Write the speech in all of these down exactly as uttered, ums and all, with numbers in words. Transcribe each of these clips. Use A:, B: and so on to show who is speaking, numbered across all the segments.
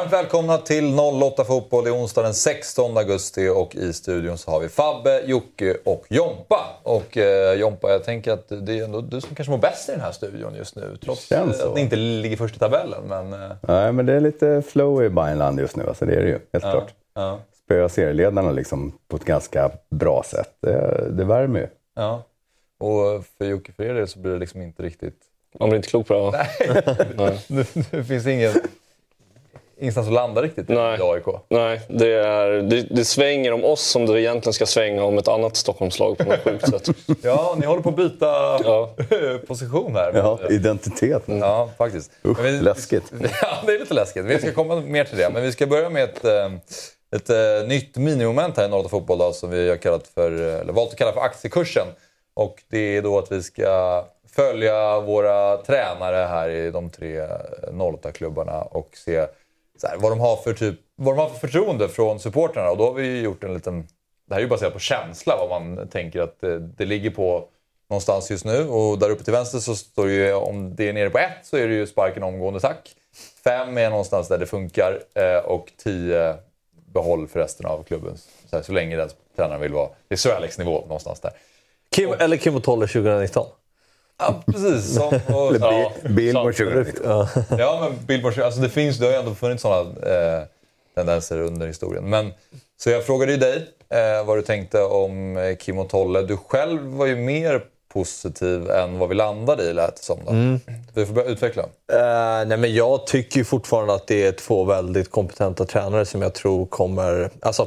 A: Varmt välkomna till noll åtta Fotboll. Det är onsdag den sextonde augusti och i studion så har vi Fabbe, Jocke och Jompa. Och eh, Jompa, jag tänker att det är ändå du som kanske mår bäst i den här studion just nu. Trots att ni inte ligger först i tabellen. Men, eh...
B: Nej, men det är lite flow i Bayernland just nu. Alltså det är det ju, helt
A: ja,
B: klart.
A: Ja.
B: Spöar serieledarna liksom på ett ganska bra sätt. Det, det värmer ju.
A: Ja, och för Jocke, för er så blir det liksom inte riktigt...
C: Man blir inte klok på det, va?
A: Nej, nu, nu finns ingen... Ingenstans att landa riktigt i
C: Nej.
A: A I K.
C: Nej, det, är, det, det svänger om oss som det egentligen ska svänga om ett annat Stockholmslag på något sjukt sätt.
A: Ja, ni håller på att byta
C: ja.
A: position här.
B: Ja, identitet.
A: Ja, faktiskt.
B: Usch,
A: vi,
B: läskigt.
A: Ja, det är lite läskigt. Vi ska komma mer till det. Men vi ska börja med ett, ett, ett nytt minimoment här i noll åtta Fotboll då, som vi har kallat för, eller valt att kalla för aktiekursen. Och det är då att vi ska följa våra tränare här i de tre noll åtta-klubbarna och se så här, vad de har för typ, vad de har för förtroende från supporterna. Och då har vi gjort en liten... Det här är ju baserat på känsla, vad man tänker att det, det ligger på någonstans just nu. Och där uppe till vänster så står det ju, om det är nere på ett så är det ju sparken omgående tack. Fem är någonstans där det funkar och tio behåll för resten av klubben. Så, här, så länge den tränaren vill vara. Det är så Alex-nivå någonstans där.
D: Kim, och, eller Kim och Tolle tjugonitton.
A: Ja, precis. Som, och,
B: eller
A: ja,
B: Billboard tjugonitton.
D: Ja.
A: ja, men Billboard, alltså det finns, det har ju ändå funnits sådana eh, tendenser under historien. Men, så jag frågade ju dig eh, vad du tänkte om eh, Kim och Tolle. Du själv var ju mer positiv än vad vi landade i, lät det som. Då. Mm. Vi får börja utveckla.
D: Uh, nej, men jag tycker ju fortfarande att det är två väldigt kompetenta tränare som jag tror kommer... Alltså,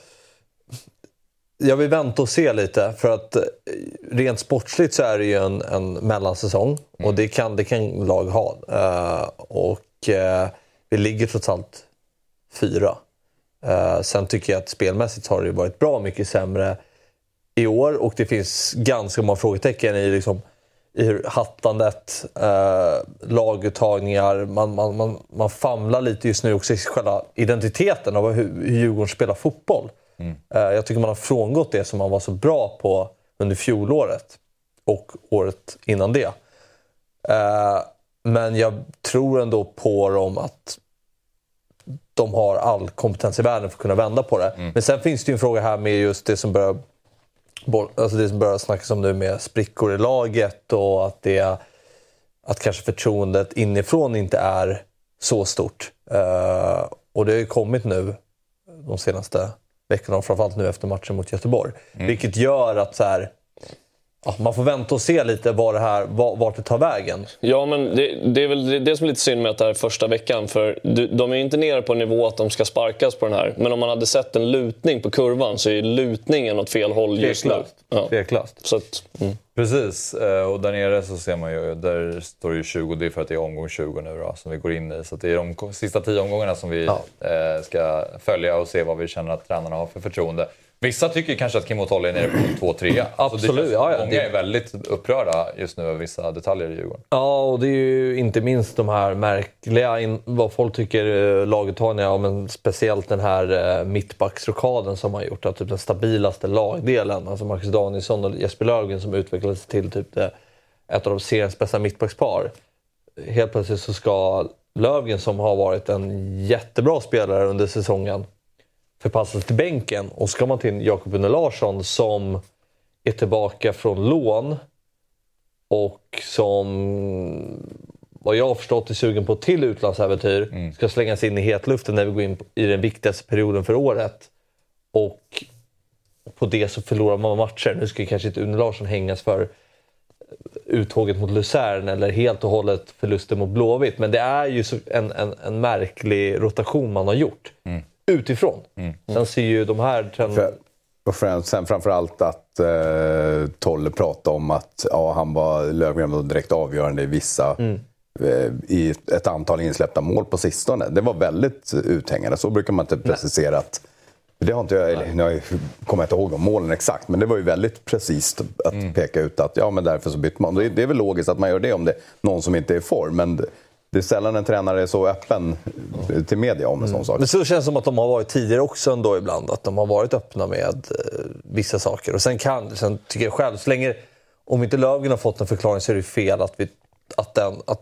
D: jag vill vänta och se lite, för att rent sportsligt så är det ju en, en mellansäsong. Mm. Och det kan, det kan lag ha. Uh, och uh, vi ligger trots allt fyra. Uh, sen tycker jag att spelmässigt har det varit bra mycket sämre i år. Och det finns ganska många frågetecken i, liksom, i hur hattandet, uh, laguttagningar. Man, man, man, man famlar lite just nu också i själva identiteten av hur, hur Djurgården spelar fotboll. Mm. Uh, jag tycker man har frångått det som man var så bra på under fjolåret och året innan det. Uh, men jag tror ändå på dem att de har all kompetens i världen för att kunna vända på det. Mm. Men sen finns det ju en fråga här med just det som börjar, alltså det som börjar snackas om nu med sprickor i laget och att, det, att kanske förtroendet inifrån inte är så stort. Uh, och det har ju kommit nu de senaste veckorna, framförallt nu efter matchen mot Göteborg. Mm. Vilket gör att så här, ja, man får vänta och se lite var det här, var, vart det tar vägen.
C: Ja, men det, det är väl det, det som är lite synd med att det här är första veckan. För du, de är ju inte nere på nivå att de ska sparkas på den här. Men om man hade sett en lutning på kurvan så är lutningen åt fel håll just nu.
D: Ja. Tveklöst.
C: Så att, mm.
A: Precis, och där nere så ser man ju, där står det ju tjugo, det är för att det är omgång tjugo nu då, som vi går in i. Så det är de sista tio omgångarna som vi ja. eh, ska följa och se vad vi känner att tränarna har för förtroende. Vissa tycker kanske att Kim och Tolle är nere på två tre.
D: Absolut.
A: Ja, ja,
D: många
A: det är väldigt upprörda just nu över vissa detaljer i Djurgården.
D: Ja, och det är ju inte minst de här märkliga, in, vad folk tycker laguttagningar om, men speciellt den här eh, mittbacksrokaden som har gjort att typ den stabilaste lagdelen, alltså Marcus Danielsson och Jesper Löfgren som utvecklades till typ det, ett av de seriens bästa mittbackspar. Helt plötsligt så ska Löfgren, som har varit en jättebra spelare under säsongen, förpassas till bänken, och ska man till Jakob Une Larsson som är tillbaka från lån och som, vad jag har förstått, är sugen på till utlandsäventyr, mm. ska slängas in i hetluften när vi går in i den viktigaste perioden för året, och på det så förlorar man matcher. Nu ska kanske inte Une Larsson hängas för uttåget mot Luzern eller helt och hållet förlusten mot Blåvitt, men det är ju en, en, en märklig rotation man har gjort. Mm. Utifrån. Mm. Sen ser ju de här tränarna...
B: Och sen framförallt att eh, Tolle pratade om att ja, han var Löfgren var direkt avgörande i vissa mm. eh, i ett antal insläppta mål på sistone. Det var väldigt uthängande. Så brukar man inte precisera att det har inte jag, eller, jag kommer inte ihåg de målen exakt, men det var ju väldigt precis att mm. peka ut att ja, men därför så bytte man. Det, det är väl logiskt att man gör det om det är någon som inte är i form, men det är sällan en tränare är så öppen till media om en sån mm. sak.
D: Men så känns det som att de har varit tidigare också ändå ibland. Att de har varit öppna med eh, vissa saker. Och sen kan, sen tycker jag själv, så länge, om inte Löfgren har fått en förklaring så är det fel att, vi, att, den, att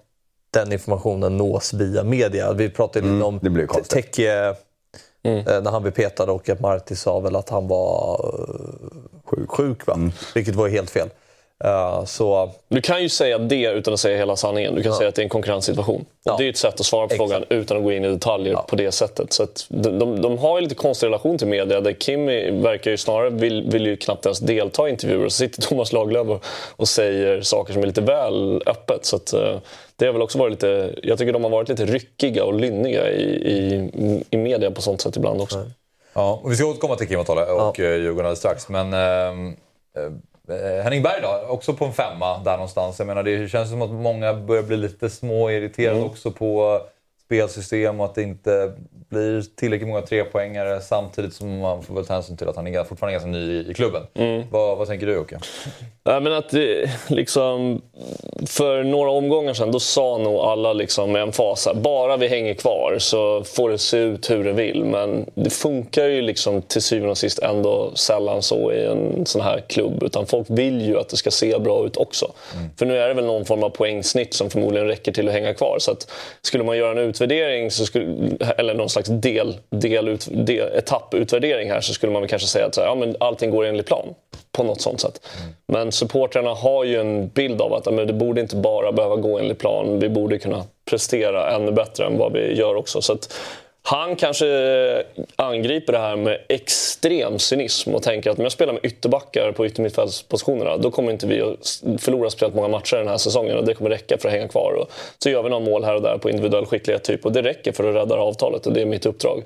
D: den informationen nås via media. Vi pratade mm, om Tekke mm. när han blev petad och att Marti sa väl att han var sjuk, sjuk va? Mm. Vilket var helt fel. Uh, så...
C: Du kan ju säga det utan att säga hela sanningen. Du kan ja. säga att det är en konkurrenssituation.
D: Ja.
C: Och det är ett sätt att svara på Exakt. frågan utan att gå in i detaljer ja. på det sättet. Så att de, de, de har ju lite konstig relation till media. Där Kimi verkar ju snarare vill, vill ju knappt ens delta i intervjuer. Så sitter Thomas Lagerlöf och, och säger saker som är lite väl öppet. Så att, uh, det har väl också varit lite... Jag tycker de har varit lite ryckiga och lynniga i, i, i media på sånt sätt ibland också.
A: Ja, ja och vi ska återkomma till Kim-avtalet och ja. Djurgården strax. Men... Uh, uh, Henning Berg då, också på en femma där någonstans. Jag menar, det känns som att många börjar bli lite små irriterade mm. också på spelsystem och att det inte blir tillräckligt många trepoängare samtidigt som man får väl ta hänsyn till att han är fortfarande ganska ny i klubben. Mm. Vad, vad tänker du, Åke?
C: Ja, men att liksom, för några omgångar sedan då sa nog alla liksom med en fas här, bara vi hänger kvar så får det se ut hur det vill. Men det funkar ju liksom till syvende och sist ändå sällan så i en sån här klubb. Utan folk vill ju att det ska se bra ut också. Mm. För nu är det väl någon form av poängsnitt som förmodligen räcker till att hänga kvar. Så att skulle man göra en utvärdering så skulle, eller någon slags del, del, ut, del, etapputvärdering här, så skulle man väl kanske säga att så här, ja, men allting går enligt plan på något sånt sätt. Mm. Men supportrarna har ju en bild av att men det borde inte bara behöva gå enligt plan. Vi borde kunna prestera ännu bättre än vad vi gör också. Så att han kanske angriper det här med extrem cynism och tänker att om jag spelar med ytterbackar på yttermittfältspositionerna, då kommer inte vi att förlora speciellt många matcher den här säsongen och det kommer räcka för att hänga kvar. Och så gör vi några mål här och där på individuell skicklighet typ, och det räcker för att rädda avtalet och det är mitt uppdrag.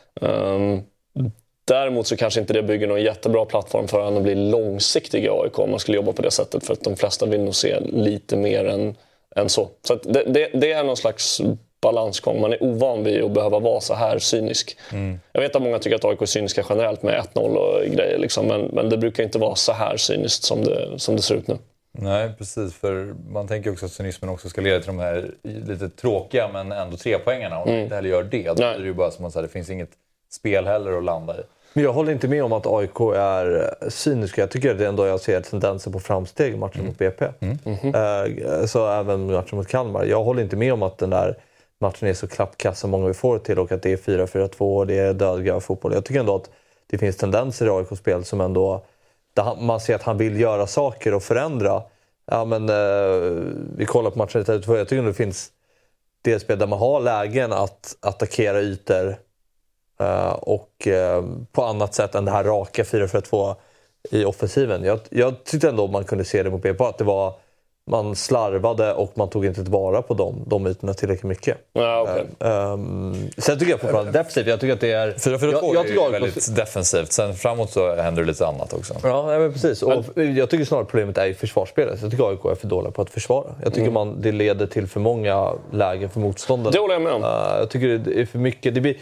C: Um, Däremot så kanske inte det bygger någon jättebra plattform för att bli långsiktig i A I K om man skulle jobba på det sättet, för att de flesta vill nog se lite mer än, än så. Så att det, det, det är någon slags balansgång. Man är ovan vid att behöva vara så här cynisk. Mm. Jag vet att många tycker att A I K är cyniska generellt med ett noll och grejer liksom, men, men det brukar inte vara så här cyniskt som det, som det ser ut nu.
A: Nej, precis. För man tänker också att cynismen också ska leda till de här lite tråkiga men ändå trepoängarna. Och om mm. inte heller gör det, då är det ju bara som att säga, det finns inget spel heller att landa i.
D: Men jag håller inte med om att A I K är cyniska. Jag tycker att det ändå jag ser tendenser på framsteg i matchen mm. mot B P. Mm. Mm-hmm. Så även matchen mot Kalmar. Jag håller inte med om att den där matchen är så klappkass som många vi får till och att det är fyra fyra två och det är dödgräv fotboll. Jag tycker ändå att det finns tendenser i A I K-spel som ändå... Där man ser att han vill göra saker och förändra. Ja, men eh, vi kollar på matchen lite utifrån. Jag tycker att det finns delspel där man har lägen att attackera ytor uh, och uh, på annat sätt än det här raka fyra fyra två i offensiven. Jag, jag tyckte ändå man kunde se det mot B P att det var man slarvade och man tog inte tillvara på dem, de ytorna tillräckligt mycket.
C: Ja, okay.
D: um, sen tycker jag fortfarande defensivt. Jag tycker att det är...
A: fyra fyra två är ju väldigt på... defensivt. Sen framåt så händer det lite annat också.
D: Ja, men precis. Och jag tycker snarare problemet är i försvarsspelet. Jag tycker A I K är för dåliga på att försvara. Jag tycker mm. man, det leder till för många lägen för motståndare.
C: Det håller jag med om.
D: Uh, jag tycker det är för mycket... Det blir,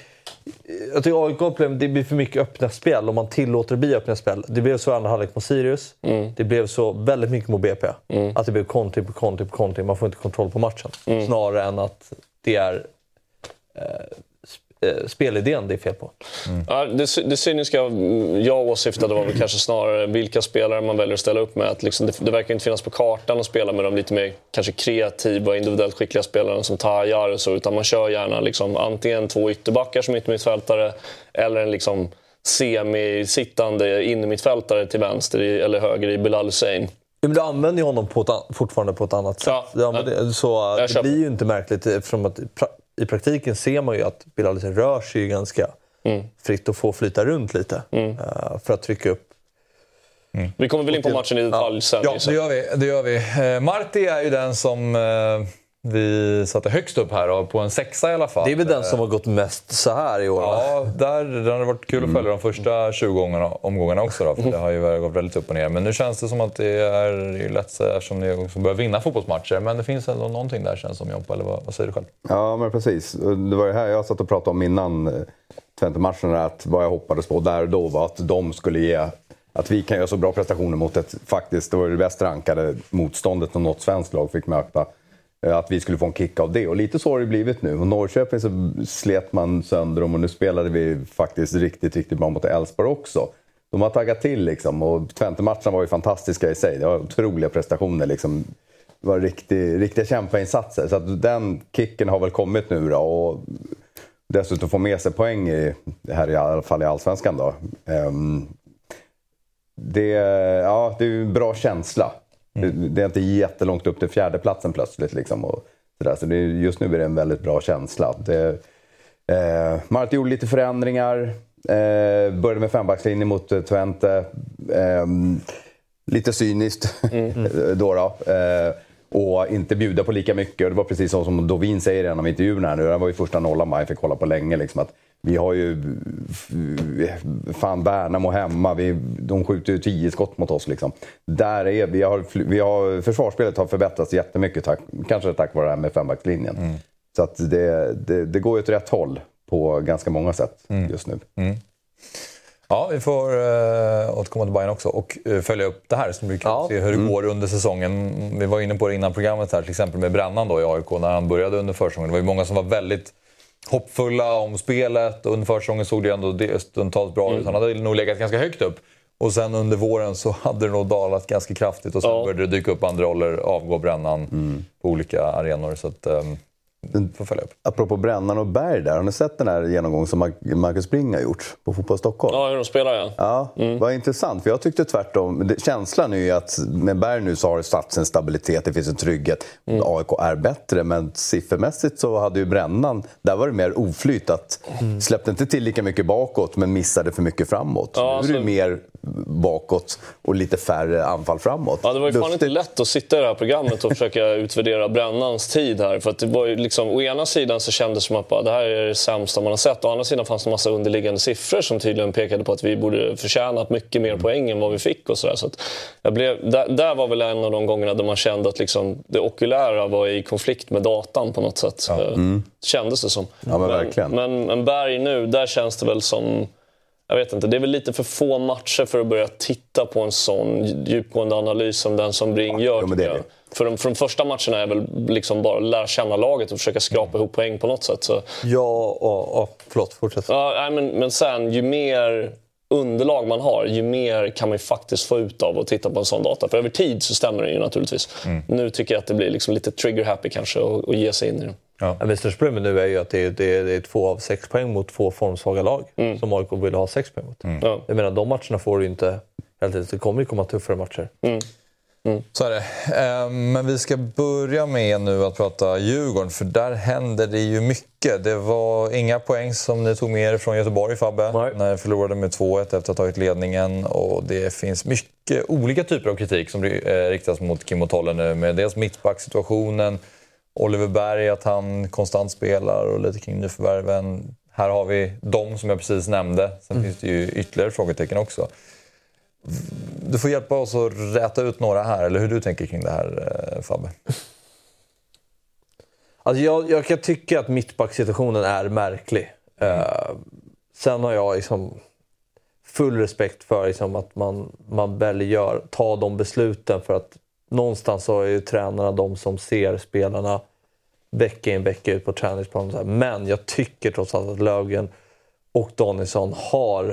D: jag tycker A I K problem, det blir för mycket öppna spel om man tillåter det bli öppna spel. Det blev så andra halvlek mot Sirius. Mm. Det blev så väldigt mycket mot B P. Mm. Att det blev kontring på kontring på kontring. Man får inte kontroll på matchen. Mm. Snarare än att det är eh, sp- spelidén det är fel på.
C: Mm. Ja, det, det cyniska jag åsyftade var väl kanske snarare vilka spelare man väljer att ställa upp med. Att liksom det, det verkar inte finnas på kartan att spela med de lite mer kanske kreativa, individuellt skickliga spelarna som Tajar och så, utan man kör gärna liksom antingen två ytterbackar som yttermittfältare eller en liksom semi-sittande innermittfältare till vänster i, eller höger i Bilal Hussein.
D: Men du använder ju honom på ett, fortfarande på ett annat sätt. Ja, det, så det köper. Blir ju inte märkligt eftersom att i praktiken ser man ju att Bilal Hussein rör sig ju ganska mm. fritt och får flyta runt lite mm. uh, för att trycka upp.
C: Mm. Vi kommer väl in på matchen i detalj
A: ja.
C: sen.
A: Ja, det gör vi. Det gör vi. Uh, Marti är ju den som uh, vi satte högst upp här och på en sexa i alla fall.
D: Det är väl den som har gått mest så här i år?
A: Ja, där, det har varit kul att följa de första tjugo omgångarna också då, för det har ju gått väldigt upp och ner. Men nu känns det som att det är, det är lätt eftersom ni också börjar vinna fotbollsmatcher. Men det finns ändå någonting där känns som Jompa, eller vad, vad säger du själv?
B: Ja, men precis. Det var ju här jag satt och pratade om innan Twente-matchen, att vad jag hoppades på där och då var att de skulle ge... Att vi kan göra så bra prestationer mot ett, faktiskt, det var det bäst rankade motståndet som något svenskt lag fick möta. Att vi skulle få en kick av det. Och lite så har det blivit nu. Och Norrköping så slet man sönder dem och nu spelade vi faktiskt riktigt, riktigt bra mot Elfsborg också. De har taggat till liksom. Och Twente-matcherna var ju fantastiska i sig. Det var otroliga prestationer liksom. var riktig, riktiga kämpainsatser. Så att den kicken har väl kommit nu då. Och dessutom få med sig poäng i, här i alla fall i Allsvenskan då. Um, det, ja, det är ju en bra känsla. Mm. Det, det är inte jättelångt upp till fjärdeplatsen plötsligt. Liksom, och så där. Så det är, just nu är det en väldigt bra känsla. Det, eh, Mart gjorde lite förändringar. Eh, började med fembackslinje mot eh, Twente. Eh, lite cyniskt mm. då. då. Eh, och inte bjuda på lika mycket. Och det var precis så som Dovin säger i en av intervjuerna här nu. Det var ju första nollan man fick kolla på länge. Liksom, att vi har ju fan Värnamo hemma. Vi, de skjuter ju tio skott mot oss. Liksom. Där är vi har, vi har, försvarsspelet har förbättrats jättemycket. Tack, kanske tack vare det här med fembackslinjen. Mm. Så att det, det, det går ju åt rätt håll på ganska många sätt mm. just nu. Mm.
A: Ja, vi får uh, återkomma till Bayern också och uh, följa upp det här så vi kan ja. se hur det går under säsongen. Vi var inne på det innan programmet här, till exempel med Brännan då i A I K när han började under försäsongen. Det var ju många som var väldigt hoppfulla om spelet och under försäsongen såg det ändå stundtals bra ut. Mm. Han hade nog legat ganska högt upp. Och sen under våren så hade det nog dalat ganska kraftigt och sen ja. började det dyka upp andra roller, avgå Brännan mm. på olika arenor. Så att, um, får följa upp.
B: Apropå Brännan och Berg där, har ni sett den här genomgången som Marcus Spring har gjort på Fotboll Stockholm?
C: Ja, hur de spelar ja.
B: Ja, mm. vad intressant. För jag tyckte tvärtom, känslan är ju att med Berg nu så har det satt en stabilitet, det finns en trygghet. Mm. A I K är bättre, men siffermässigt så hade ju Brännan, där var det mer oflyt att mm. släppte inte till lika mycket bakåt men missade för mycket framåt. Ja, nu är det så... mer bakåt och lite färre anfall framåt.
C: Ja, det var ju fan inte lätt att sitta i det här programmet och försöka utvärdera Brännans tid här. För att det var ju liksom, å ena sidan så kändes det som att bara, det här är det sämsta man har sett. Å andra sidan fanns det en massa underliggande siffror som tydligen pekade på att vi borde förtjänat mycket mer poäng än vad vi fick. Och så där. Så att jag blev, där, där var väl en av de gångerna där man kände att liksom, det okulära var i konflikt med datan på något sätt. Ja. Mm. Kändes det som.
B: Ja, men, verkligen.
C: Men, men Berg nu, där känns det väl som... Jag vet inte, det är väl lite för få matcher för att börja titta på en sån djupgående analys som den som Bring gör. Ja, det för, de, för de första matcherna är väl liksom bara lära känna laget och försöka skrapa ihop poäng på något sätt. Så.
D: Ja, och, och förlåt, fortsätt.
C: Ja, nej, men, men sen, ju mer underlag man har, ju mer kan man ju faktiskt få ut av att titta på en sån data. För över tid så stämmer det ju naturligtvis. Mm. Nu tycker jag att det blir liksom lite trigger-happy kanske att, att ge sig in i det.
D: Ja. Men största problemet nu är ju att det är, det, är, det är två av sex poäng mot två formsvaga lag mm. som A I K vill ha sex poäng mot. Mm. Ja. Jag menar, de matcherna får du inte... Det kommer ju komma tuffare matcher.
A: Mm. Mm. Så är det. Men vi ska börja med nu att prata Djurgården, för där händer det ju mycket. Det var inga poäng som ni tog med er från Göteborg, Fabbe, Nej. när ni förlorade med två ett efter att ha tagit ledningen. Och det finns mycket olika typer av kritik som riktas mot Kim och Tolle nu, med dels mittbacksituationen, Oliver Berg, att han konstant spelar och lite kring nyförvärven. Här har vi de som jag precis nämnde. Sen mm. finns det ju ytterligare frågetecken också. Du får hjälpa oss att räta ut några här, eller hur du tänker kring det här, Fabbe?
D: Alltså jag, jag kan tycka att mittbacksituationen är märklig. Mm. Uh, sen har jag liksom full respekt för liksom att man, man väljer ta de besluten, för att någonstans så är ju tränarna de som ser spelarna vecka in vecka ut på träningsplanen. Men jag tycker trots allt att Löfgren och Danielsson har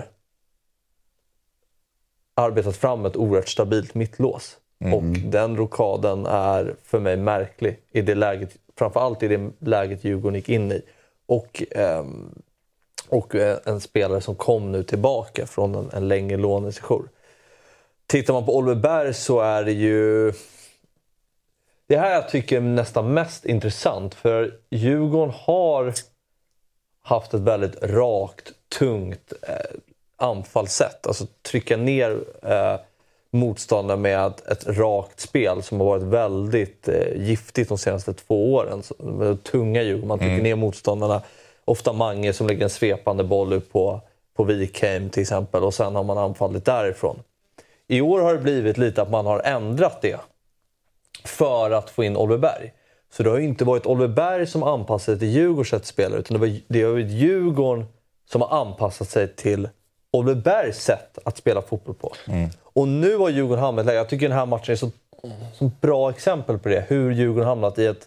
D: arbetat fram ett oerhört stabilt mittlås. Mm. Och den rokaden är för mig märklig i det läget, framförallt i det läget Djurgården gick in i. Och, eh, och en spelare som kom nu tillbaka från en, en längre lånesession. Tittar man på Oliver Berg så är det ju... Det här jag tycker är nästan mest intressant, för Djurgården har haft ett väldigt rakt, tungt eh, anfallssätt. Alltså trycka ner eh, motståndare med ett, ett rakt spel som har varit väldigt eh, giftigt de senaste två åren. Så, med tunga Djurgården, man trycker mm. ner motståndarna. Ofta Mange som lägger en svepande boll upp på, på Wikheim till exempel, och sen har man anfallit därifrån. I år har det blivit lite att man har ändrat det för att få in Oliver Berg. Så det har ju inte varit Oliver Berg som anpassat sig till Djurgårdens sätt att spela, utan det, var, det har varit Djurgården som har anpassat sig till Oliver Bergs sätt att spela fotboll på. Mm. Och nu har Djurgården hamnat i läge. Jag tycker den här matchen är så, så bra exempel på det. Hur Djurgården hamnat i ett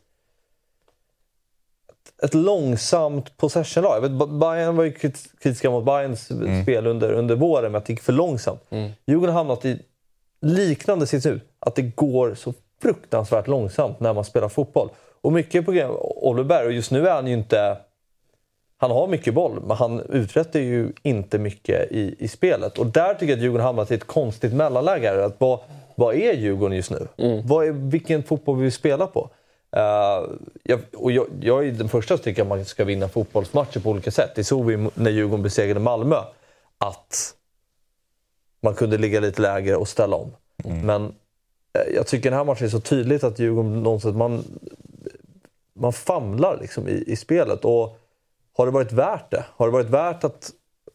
D: ett, ett långsamt possession-lag. Jag vet, Bayern var ju kritiska mot Bayerns mm. spel under, under våren, men att det gick för långsamt. Mm. Djurgården har hamnat i liknande situation. Att det går så fruktansvärt långsamt när man spelar fotboll. Och mycket på grund av Oliver Berg, och just nu är han ju inte... Han har mycket boll, men han uträttar ju inte mycket i, i spelet. Och där tycker jag att Djurgården hamnat i ett konstigt mellanläge. Att vad, vad är Djurgården just nu? Mm. Vad är, vilken fotboll vill vi spela på? Uh, jag, och jag, jag är den första som tycker att man ska vinna fotbollsmatcher på olika sätt. Det såg vi när Djurgården besegrade Malmö. Att man kunde ligga lite lägre och ställa om. Mm. Men uh, jag tycker den här matchen är så tydligt att Djurgården någonstans, man, man famlar liksom i, i spelet. Och har det varit värt det? Har det varit värt att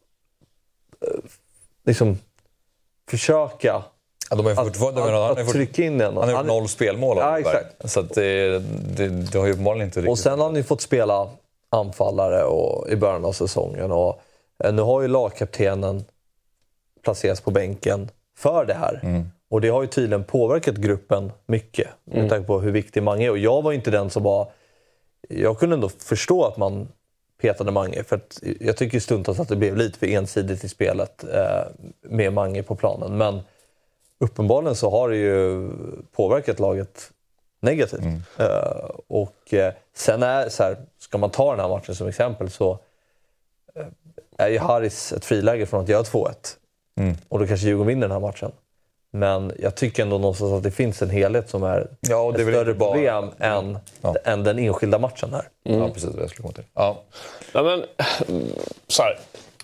D: uh, liksom försöka
A: ja, de har
D: att, att, att, att trycka in den?
A: Han har gjort noll spelmål.
D: Ja, exakt.
A: Så att det, det, det har ju uppenbarligen inte riktigt...
D: Och sen har han ju fått spela anfallare och, i början av säsongen. Och eh, nu har ju lagkaptenen placerats på bänken för det här. Mm. Och det har ju tydligen påverkat gruppen mycket. Med mm. tanke på hur viktig Mange är. Och jag var inte den som var... Jag kunde ändå förstå att man petade Mange. För att jag tycker stundtals att det blev lite för ensidigt i spelet eh, med Mange på planen. Men uppenbarligen så har det ju påverkat laget negativt. Mm. Uh, och uh, sen är så här, ska man ta den här matchen som exempel, så uh, är ju Harris ett friläge från att göra två ett. Mm. Och då kanske Djurgården vinner den här matchen. Men jag tycker ändå någonstans att det finns en helhet som är, ja, och det ett större bara... problem än, ja. än den enskilda matchen här.
A: Mm. Ja, precis. Jag skulle komma till. Ja.
C: Ja, men så här.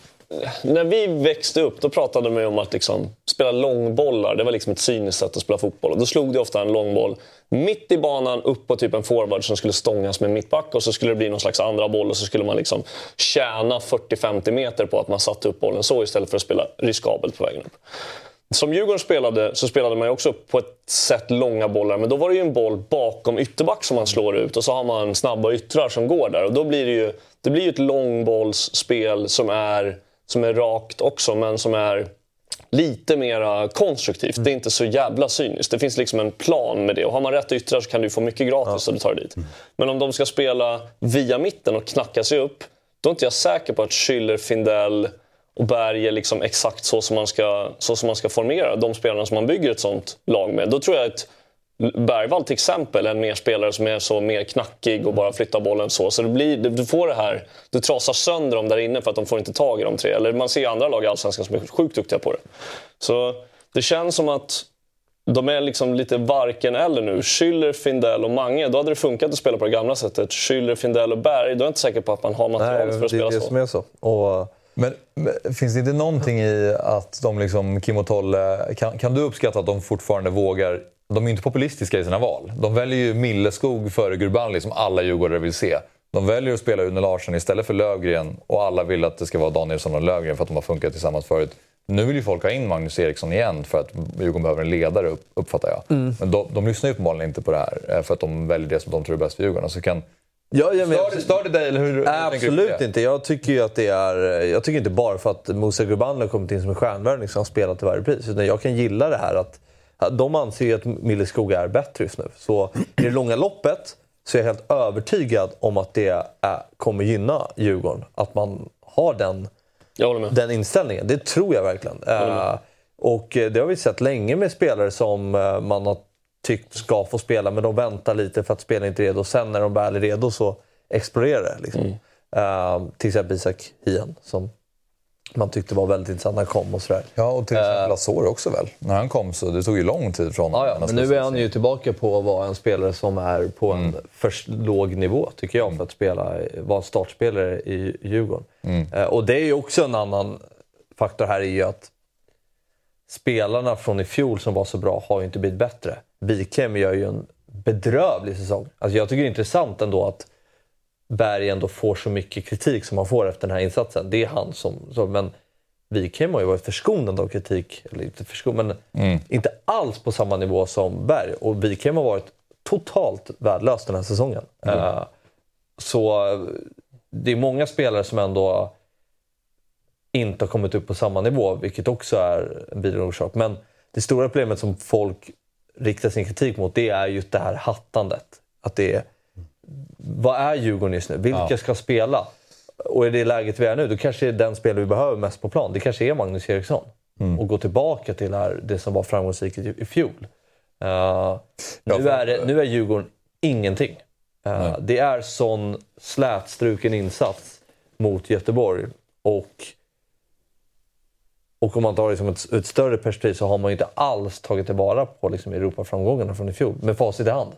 C: När vi växte upp, då pratade man om att liksom spela långbollar. Det var liksom ett cyniskt sätt att spela fotboll. Och då slog det ofta en långboll mitt i banan upp på typ en forward som skulle stångas med mittback. Och så skulle det bli någon slags andra boll och så skulle man liksom tjäna fyrtio till femtio meter på att man satte upp bollen så istället för att spela riskabelt på vägen upp. Som Djurgården spelade så spelade man ju också på ett sätt långa bollar. Men då var det ju en boll bakom ytterback som man slår ut. Och så har man snabba yttrar som går där. Och då blir det ju, det blir ju ett långbollsspel som är... som är rakt också, men som är lite mer konstruktivt. Mm. Det är inte så jävla cyniskt. Det finns liksom en plan med det. Och har man rätt yttrar så kan du få mycket gratis och ja. du tar det dit. Mm. Men om de ska spela via mitten och knacka sig upp, då är inte jag säker på att Schüller, Findell och Berg är liksom exakt så som man ska, så som man ska formera de spelarna som man bygger ett sånt lag med. Då tror jag att Bergvall till exempel är en mer spelare som är så mer knackig och bara flyttar bollen så. Så det blir, du får det här, du trasar sönder dem där inne för att de får inte tag i de tre. Eller man ser andra lag i Allsvenskan som är sjukt duktiga på det. Så det känns som att de är liksom lite varken eller nu. Schüller, Findell och Mange, då hade det funkat att spela på det gamla sättet. Schüller, Findell och Berg, då är jag inte säker på att man har material Nej, för att spela så.
D: Nej, det är det som är så. Och...
A: Men, men finns det inte någonting i att de liksom, Kim och Tolle, kan, kan du uppskatta att de fortfarande vågar... De är inte populistiska i sina val. De väljer ju Milleskog före Gurbanli som alla djurgårdare vill se. De väljer att spela Une Larsson istället för Lövgren. Och alla vill att det ska vara Danielsson och Lövgren för att de har funkat tillsammans förut. Nu vill ju folk ha in Magnus Eriksson igen för att Djurgården behöver en ledare, upp, uppfattar jag. Mm. Men de, de lyssnar ju uppenbarligen inte på det här för att de väljer det som de tror är bäst för Djurgården. Så kan...
D: Ja, jag men,
A: stör, det, stör det dig eller hur?
D: hur nej, absolut inte. Jag tycker ju att det är... Jag tycker inte bara för att Musa Gurbanli har kommit in som en stjärnvärvning som spelar till varje pris. Utan jag kan gilla det här att de anser ju att Milleskog är bättre just nu. Så i det långa loppet så är jag helt övertygad om att det är, kommer gynna Djurgården. Att man har den, den inställningen. Det tror jag verkligen. Jag uh, och det har vi sett länge med spelare som uh, man har tyckt ska få spela. Men de väntar lite för att spela inte är redo. Och sen när de väl är redo så exploderar det. Liksom. Mm. Uh, till exempel Isak Hien som... man tyckte var väldigt intressant när han kom och sådär.
A: Ja, och till exempel uh, Azor också väl. När han kom så det tog ju lång tid från...
D: Ja, ja men nu är han ju tillbaka på att vara en spelare som är på mm. en för låg nivå, tycker jag, för att spela, vara startspelare i Djurgården. Mm. Uh, och det är ju också en annan faktor här, är ju att spelarna från i fjol som var så bra har ju inte blivit bättre. Wikheim gör ju en bedrövlig säsong. Alltså jag tycker det är intressant ändå att Berg ändå får så mycket kritik som han får efter den här insatsen. Det är han som... Så, men Wikheim har ju varit förskonad av kritik. Eller inte förskonad, men mm. inte alls på samma nivå som Berg. Och Wikheim har varit totalt värdelös den här säsongen. Mm. Uh, så det är många spelare som ändå inte har kommit upp på samma nivå. Vilket också är en bidragande orsak. Men det stora problemet som folk riktar sin kritik mot, det är ju det här hattandet. Att det är... Vad är Djurgården just nu? Vilka ja. ska spela? Och i det läget vi är nu, då kanske det är den spelare vi behöver mest på plan. Det kanske är Magnus Eriksson. Mm. Och gå tillbaka till här, det som var framgångsrikt i, i fjol. Uh, nu, är det, nu är Djurgården ingenting. Uh, det är sån slätstruken insats mot Göteborg. Och, och om man tar liksom ett, ett större perspektiv så har man ju inte alls tagit tillvara på liksom Europa-framgångarna från i fjol. Med facit i hand.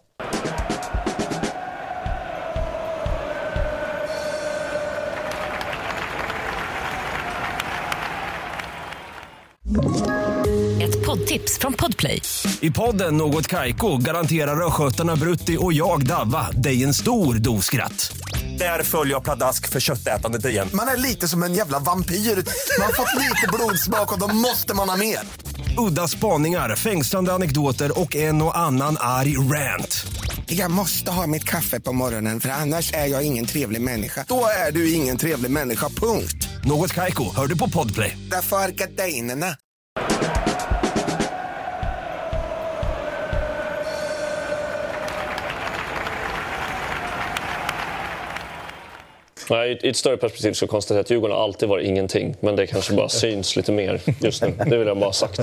E: Ett poddtips från Podplay.
F: I podden Något Kaiko garanterar röskötarna Brutti och jag Davva dig en stor dos skratt. Där följer jag pladask för köttätandet igen.
G: Man är lite som en jävla vampyr. Man har fått lite blodsmak och då måste man ha mer.
F: Udda spaningar, fängslande anekdoter och en och annan arg rant.
G: Jag måste ha mitt kaffe på morgonen för annars är jag ingen trevlig människa. Då är du ingen trevlig människa, punkt.
F: Något Kaiko, hör du på Podplay.
G: Därför är gardinerna.
C: Nej, i ett större perspektiv så konstaterar jag att Djurgården har alltid varit ingenting. Men det kanske bara syns lite mer just nu. Det vill jag bara ha sagt.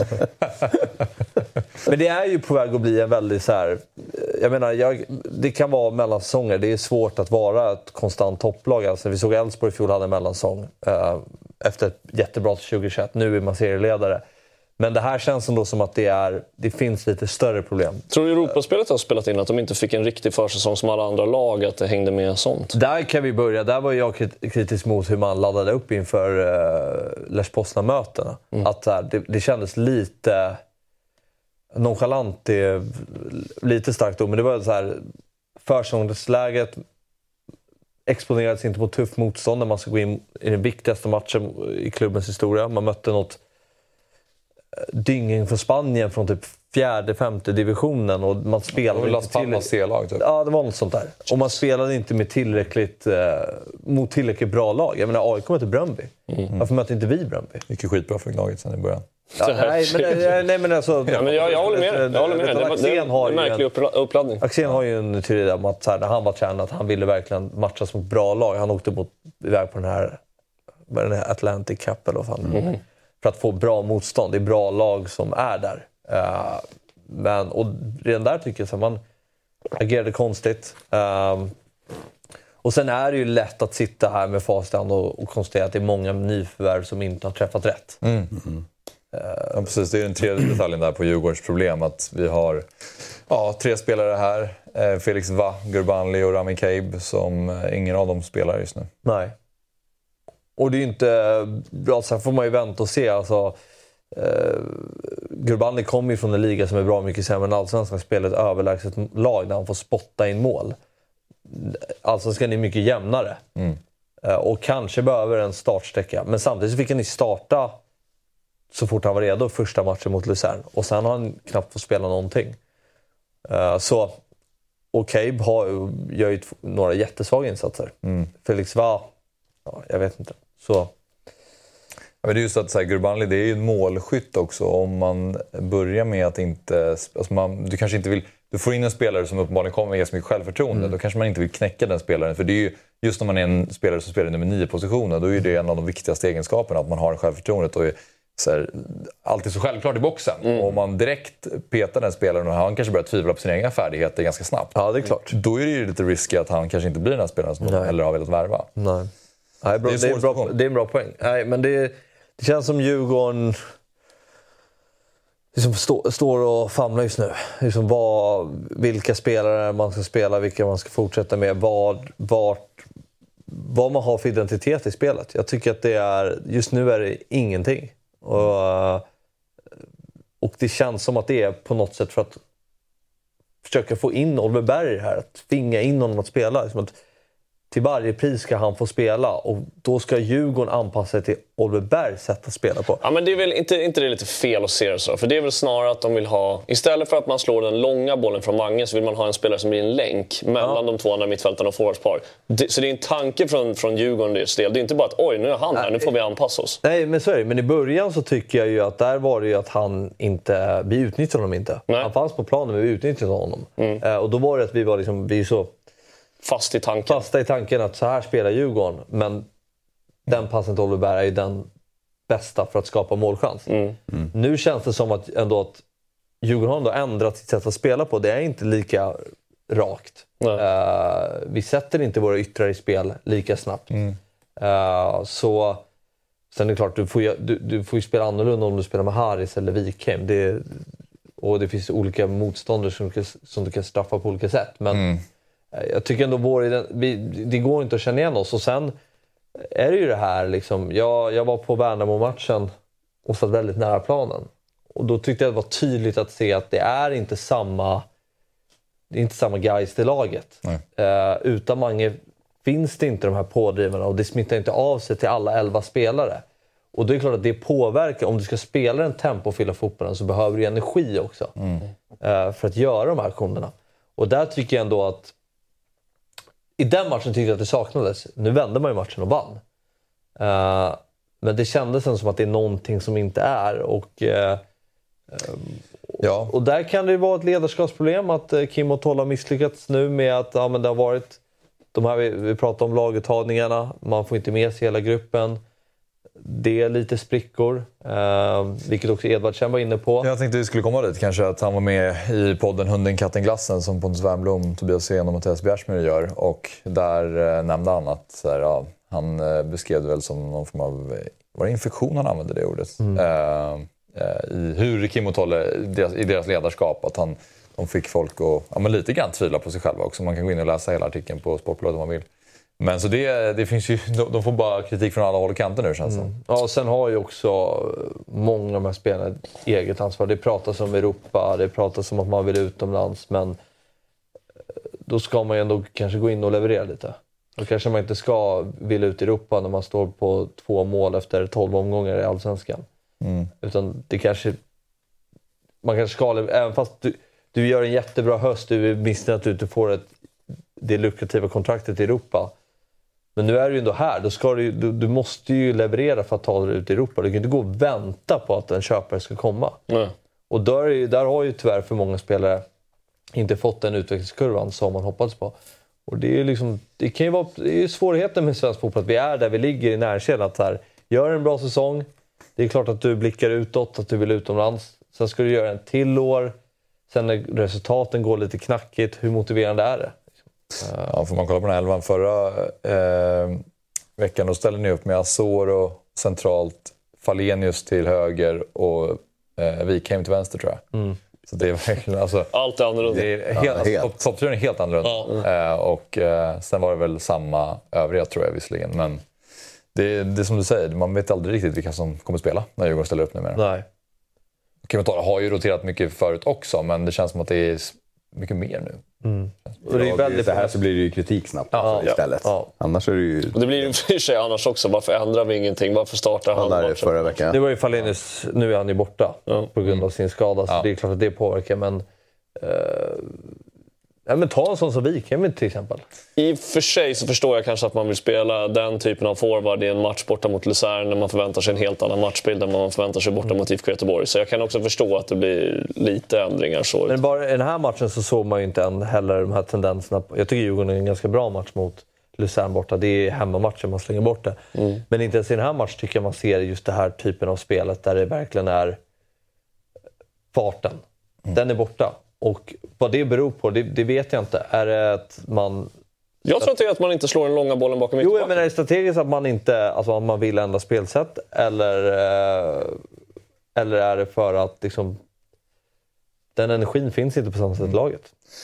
D: Men det är ju på väg att bli en väldigt så här... Jag menar, jag, det kan vara mellansäsonger. Det är svårt att vara ett konstant topplag. Alltså, vi såg Elfsborg i fjol hade en mellansäsong. Eh, efter ett jättebra tjugohundratjugoett. Nu är man serieledare. Men det här känns ändå som att det, är, det finns lite större problem.
C: Tror du Europaspelet har spelat in att de inte fick en riktig försäsong som alla andra lag, att det hängde med sånt?
D: Där kan vi börja. Där var jag kritisk mot hur man laddade upp inför uh, Lech Poznan-mötena. Mm. Att uh, det, det kändes lite nonchalant, det, lite starkt då. Men det var så här, försäsongsläget exponerades inte mot tuff motstånd när man ska gå in i den viktigaste matchen i klubbens historia. Man mötte något dynging från Spanien från typ fjärde, femte divisionen och man spelade
A: Las Palmas C-lag typ.
D: Ja, det var något sånt där. Och man spelade inte med tillräckligt eh, mot tillräckligt bra lag. Jag menar, A I K mötte Bröndby. Mm. Varför mötte inte vi Bröndby?
A: Mycket skitbra för laget sen i början.
D: Ja, nej, men, nej, men alltså...
C: Ja, men jag, jag håller med dig. Jag håller med dig. Det, det, det, det är en märklig uppladdning.
D: Axén har ju en teori om att så här, när han var tränad att han ville verkligen matchas mot bra lag. Han åkte mot, iväg på den här, den här Atlantic Cup eller vad fan. Mm. För att få bra motstånd. Det är bra lag som är där. Uh, men, och redan där tycker jag att man agerade konstigt. Uh, och sen är det ju lätt att sitta här med facit och, och konstatera att det är många nyförvärv som inte har träffat rätt. Mm.
A: Mm. Uh, ja, precis. Det är den tredje detaljen där på Djurgårdens problem. Att vi har ja, tre spelare här. Uh, Felix Va, Gurbanli och Rami Kaib som uh, ingen av dem spelar just nu.
D: Nej. Och det är ju inte bra, så här får man ju vänta och se. Alltså, eh, Gurbanli kommer ju från en liga som är bra mycket sämre än Allsvenskan, spelar ett överlägset lag där han får spotta in mål. Alltså ska ni mycket jämnare. Mm. Eh, och kanske behöver en startsträcka. Men samtidigt så fick han ju starta så fort han var redo första matchen mot Luzern. Och sen har han knappt fått spela någonting. Eh, så, och Kaib har, gör ju några jättesvaga insatser. Mm. Felix Va, ja, jag vet inte. Så.
A: Ja, men det är just att så här, Gurbanli, det är ju en målskytt också. Om man börjar med att inte... Alltså man, du kanske inte vill... Du får in en spelare som uppenbarligen kommer med så mycket självförtroende. Mm. Då kanske man inte vill knäcka den spelaren. För det är ju, just när man är en spelare som spelar i nummer nio positioner, då är det en av de viktigaste egenskaperna. Att man har självförtroendet och är så här, alltid så självklart i boxen. Mm. Och om man direkt petar den spelaren och han kanske börjar tvivla på sina egna färdigheter ganska snabbt.
D: Ja, det är klart.
A: Då är det ju lite risky att han kanske inte blir den här spelaren som de heller har velat värva.
D: Nej. Nej, bra, det, är det, är bra, det är en bra poäng. Nej, men det, det känns som Djurgården liksom stå, står och famlar just nu. Liksom vad, vilka spelare man ska spela, vilka man ska fortsätta med. Vad, vart, vad man har för identitet i spelet. Jag tycker att det är, just nu är det ingenting. Och, och det känns som att det är på något sätt för att försöka få in Oliver Berg här. Att tvinga in honom att spela. Liksom att till varje pris ska han få spela. Och då ska Djurgården anpassa sig till Oliver Bergs sätt att spela på.
C: Ja, men det är väl inte, inte det är lite fel att se det så. För det är väl snarare att de vill ha... Istället för att man slår den långa bollen från Mange så vill man ha en spelare som blir en länk mellan ja. de två andra mittfältarna och forwardspar. Det, så det är en tanke från, från Djurgårdens del. Det är inte bara att oj, nu är han här, nu får vi anpassa oss.
D: Nej, men så är det. Men i början så tycker jag ju att där var det ju att han inte... Vi utnyttjade honom inte. Nej. Han fanns på planen, men vi utnyttjade honom. Mm. Eh, och då var det att vi var liksom... Vi så...
C: Fast i tanken.
D: Fasta i tanken att så här spelar Djurgården. Men den passen till Oliver Berg är ju den bästa för att skapa målchans. Mm. Mm. Nu känns det som att ändå att Djurgården har ändrat sitt sätt att spela på. Det är inte lika rakt. Uh, vi sätter inte våra yttrar i spel lika snabbt. Mm. Uh, så sen är det klart, du får ju, du, du får ju spela annorlunda om du spelar med Haris eller Wikheim. Det, och det finns olika motståndare som du kan, som du kan straffa på olika sätt. Men mm. uh, jag tycker ändå vår, vi, det går inte att känna igen oss. Och sen är det ju det här, liksom, jag, jag var på Värnamo-matchen och satt väldigt nära planen. Och då tyckte jag det var tydligt att se att det är inte samma, det är inte samma guys i laget. Uh, utan Mange finns det inte de här pådrivarna och det smittar inte av sig till alla elva spelare. Och det är klart att det påverkar. Om du ska spela en tempofylla fotbollen så behöver du energi också. Mm. Uh, för att göra de här aktionerna. Och där tycker jag ändå att i den matchen tyckte jag att det saknades. Nu vände man ju matchen och vann. Uh, men det kändes som att det är någonting som inte är. Och, uh, ja. och där kan det ju vara ett ledarskapsproblem att uh, Kim och Toll har misslyckats nu med att ja, men det har varit de här vi, vi pratar om laguttagningarna. Man får inte med sig hela gruppen. Det är lite sprickor. Uh, vilket också Edvardsen var inne på.
A: Jag tänkte vi skulle komma dit. Kanske att han var med i podden Hunden, katten, glassen som Pontus Wernbloom, Tobias Ehn och Mattias Bjärsmyr gör. Och där uh, nämnde han att så här, ja, han uh, beskrev det väl som någon form av... Var det infektion han använde det ordet? Mm. Uh, uh, I hur Kim och Tolle, deras, i deras ledarskap, att han... De fick folk att ja, men lite grann tvivla på sig själva också. Man kan gå in och läsa hela artikeln på Sportbladet om man vill. Men så det, det finns ju, de får bara kritik från alla håll och kanter nu, känns det mm.
D: Ja, och sen har ju också många av de här spelarna eget ansvar. Det pratas om Europa, det pratas om att man vill utomlands. Men då ska man ju ändå kanske gå in och leverera lite. Då kanske man inte ska vilja ut i Europa när man står på två mål efter tolv omgångar i Allsvenskan. Mm. Utan det kanske... Man kanske ska... Även fast du, du gör en jättebra höst, du är missnöjd att du inte får ett, det lukrativa kontraktet i Europa. Men nu är du ju ändå här. Då ska du, du, du måste ju leverera för att ta dig ut i Europa. Du kan inte gå och vänta på att en köpare ska komma. Mm. Och där, där har ju tyvärr för många spelare inte fått den utvecklingskurvan som man hoppats på. Och det är liksom, det kan ju vara det är svårigheten med svensk fotboll. Att vi är där vi ligger i närkedjan. Att här, gör en bra säsong. Det är klart att du blickar utåt, att du vill utomlands. Sen ska du göra en till år. Sen när resultaten går lite knackigt, hur motiverande är det?
A: Ja, får man kolla på den här elvan förra eh, veckan, då ställde ni upp med Asoro centralt, Falenius till höger och eh, Wikheim till vänster, tror jag. Mm. Så det är verkligen, alltså,
C: allt är annorlunda.
A: Det är helt, ja, helt. Alltså, toppturen är helt annorlunda. Ja. Eh, och eh, sen var det väl samma övriga, tror jag visserligen. Men det, det är som du säger, man vet aldrig riktigt vilka som kommer spela när Djurgården ställer upp nu med det.
D: Nej.
A: Kim och Tolle har ju roterat mycket förut också, men det känns som att det är mycket mer nu.
B: Mm. Och det är väldigt så här så blir det ju kritik snabbt ja, istället. Ja. Annars är det ju...
C: Och det blir ju för sig annars också. Varför ändrar vi ingenting? Varför startar han
B: matchen? Förra veckan.
D: Det var ju Falenius, nu är han ju borta ja. på grund av sin skada. Så ja. det är klart att det påverkar, men... Uh... Ja, men ta en sån som Wikheim till exempel.
C: I och för sig så förstår jag kanske att man vill spela den typen av forward i en match borta mot Luzern när man förväntar sig en helt annan matchbild än man förväntar sig borta mm. mot I F K Göteborg. Så jag kan också förstå att det blir lite ändringar. Så.
D: Men bara i den här matchen så såg man ju inte än heller de här tendenserna. Jag tycker Djurgården är en ganska bra match mot Luzern borta. Det är hemmamatchen, man slänger bort det. Mm. Men inte ens i den här matchen tycker jag man ser just det här typen av spelet där det verkligen är farten. Mm. Den är borta. Och vad det beror på, det, det vet jag inte. Är det att man...
C: Jag tror att det är att man inte slår den långa bollen bakom
D: mittbacken. Jo, men är det strategiskt att man inte, alltså att man vill ändra spelsätt? Eller, eller är det för att liksom, den energin finns inte på samma sätt i laget?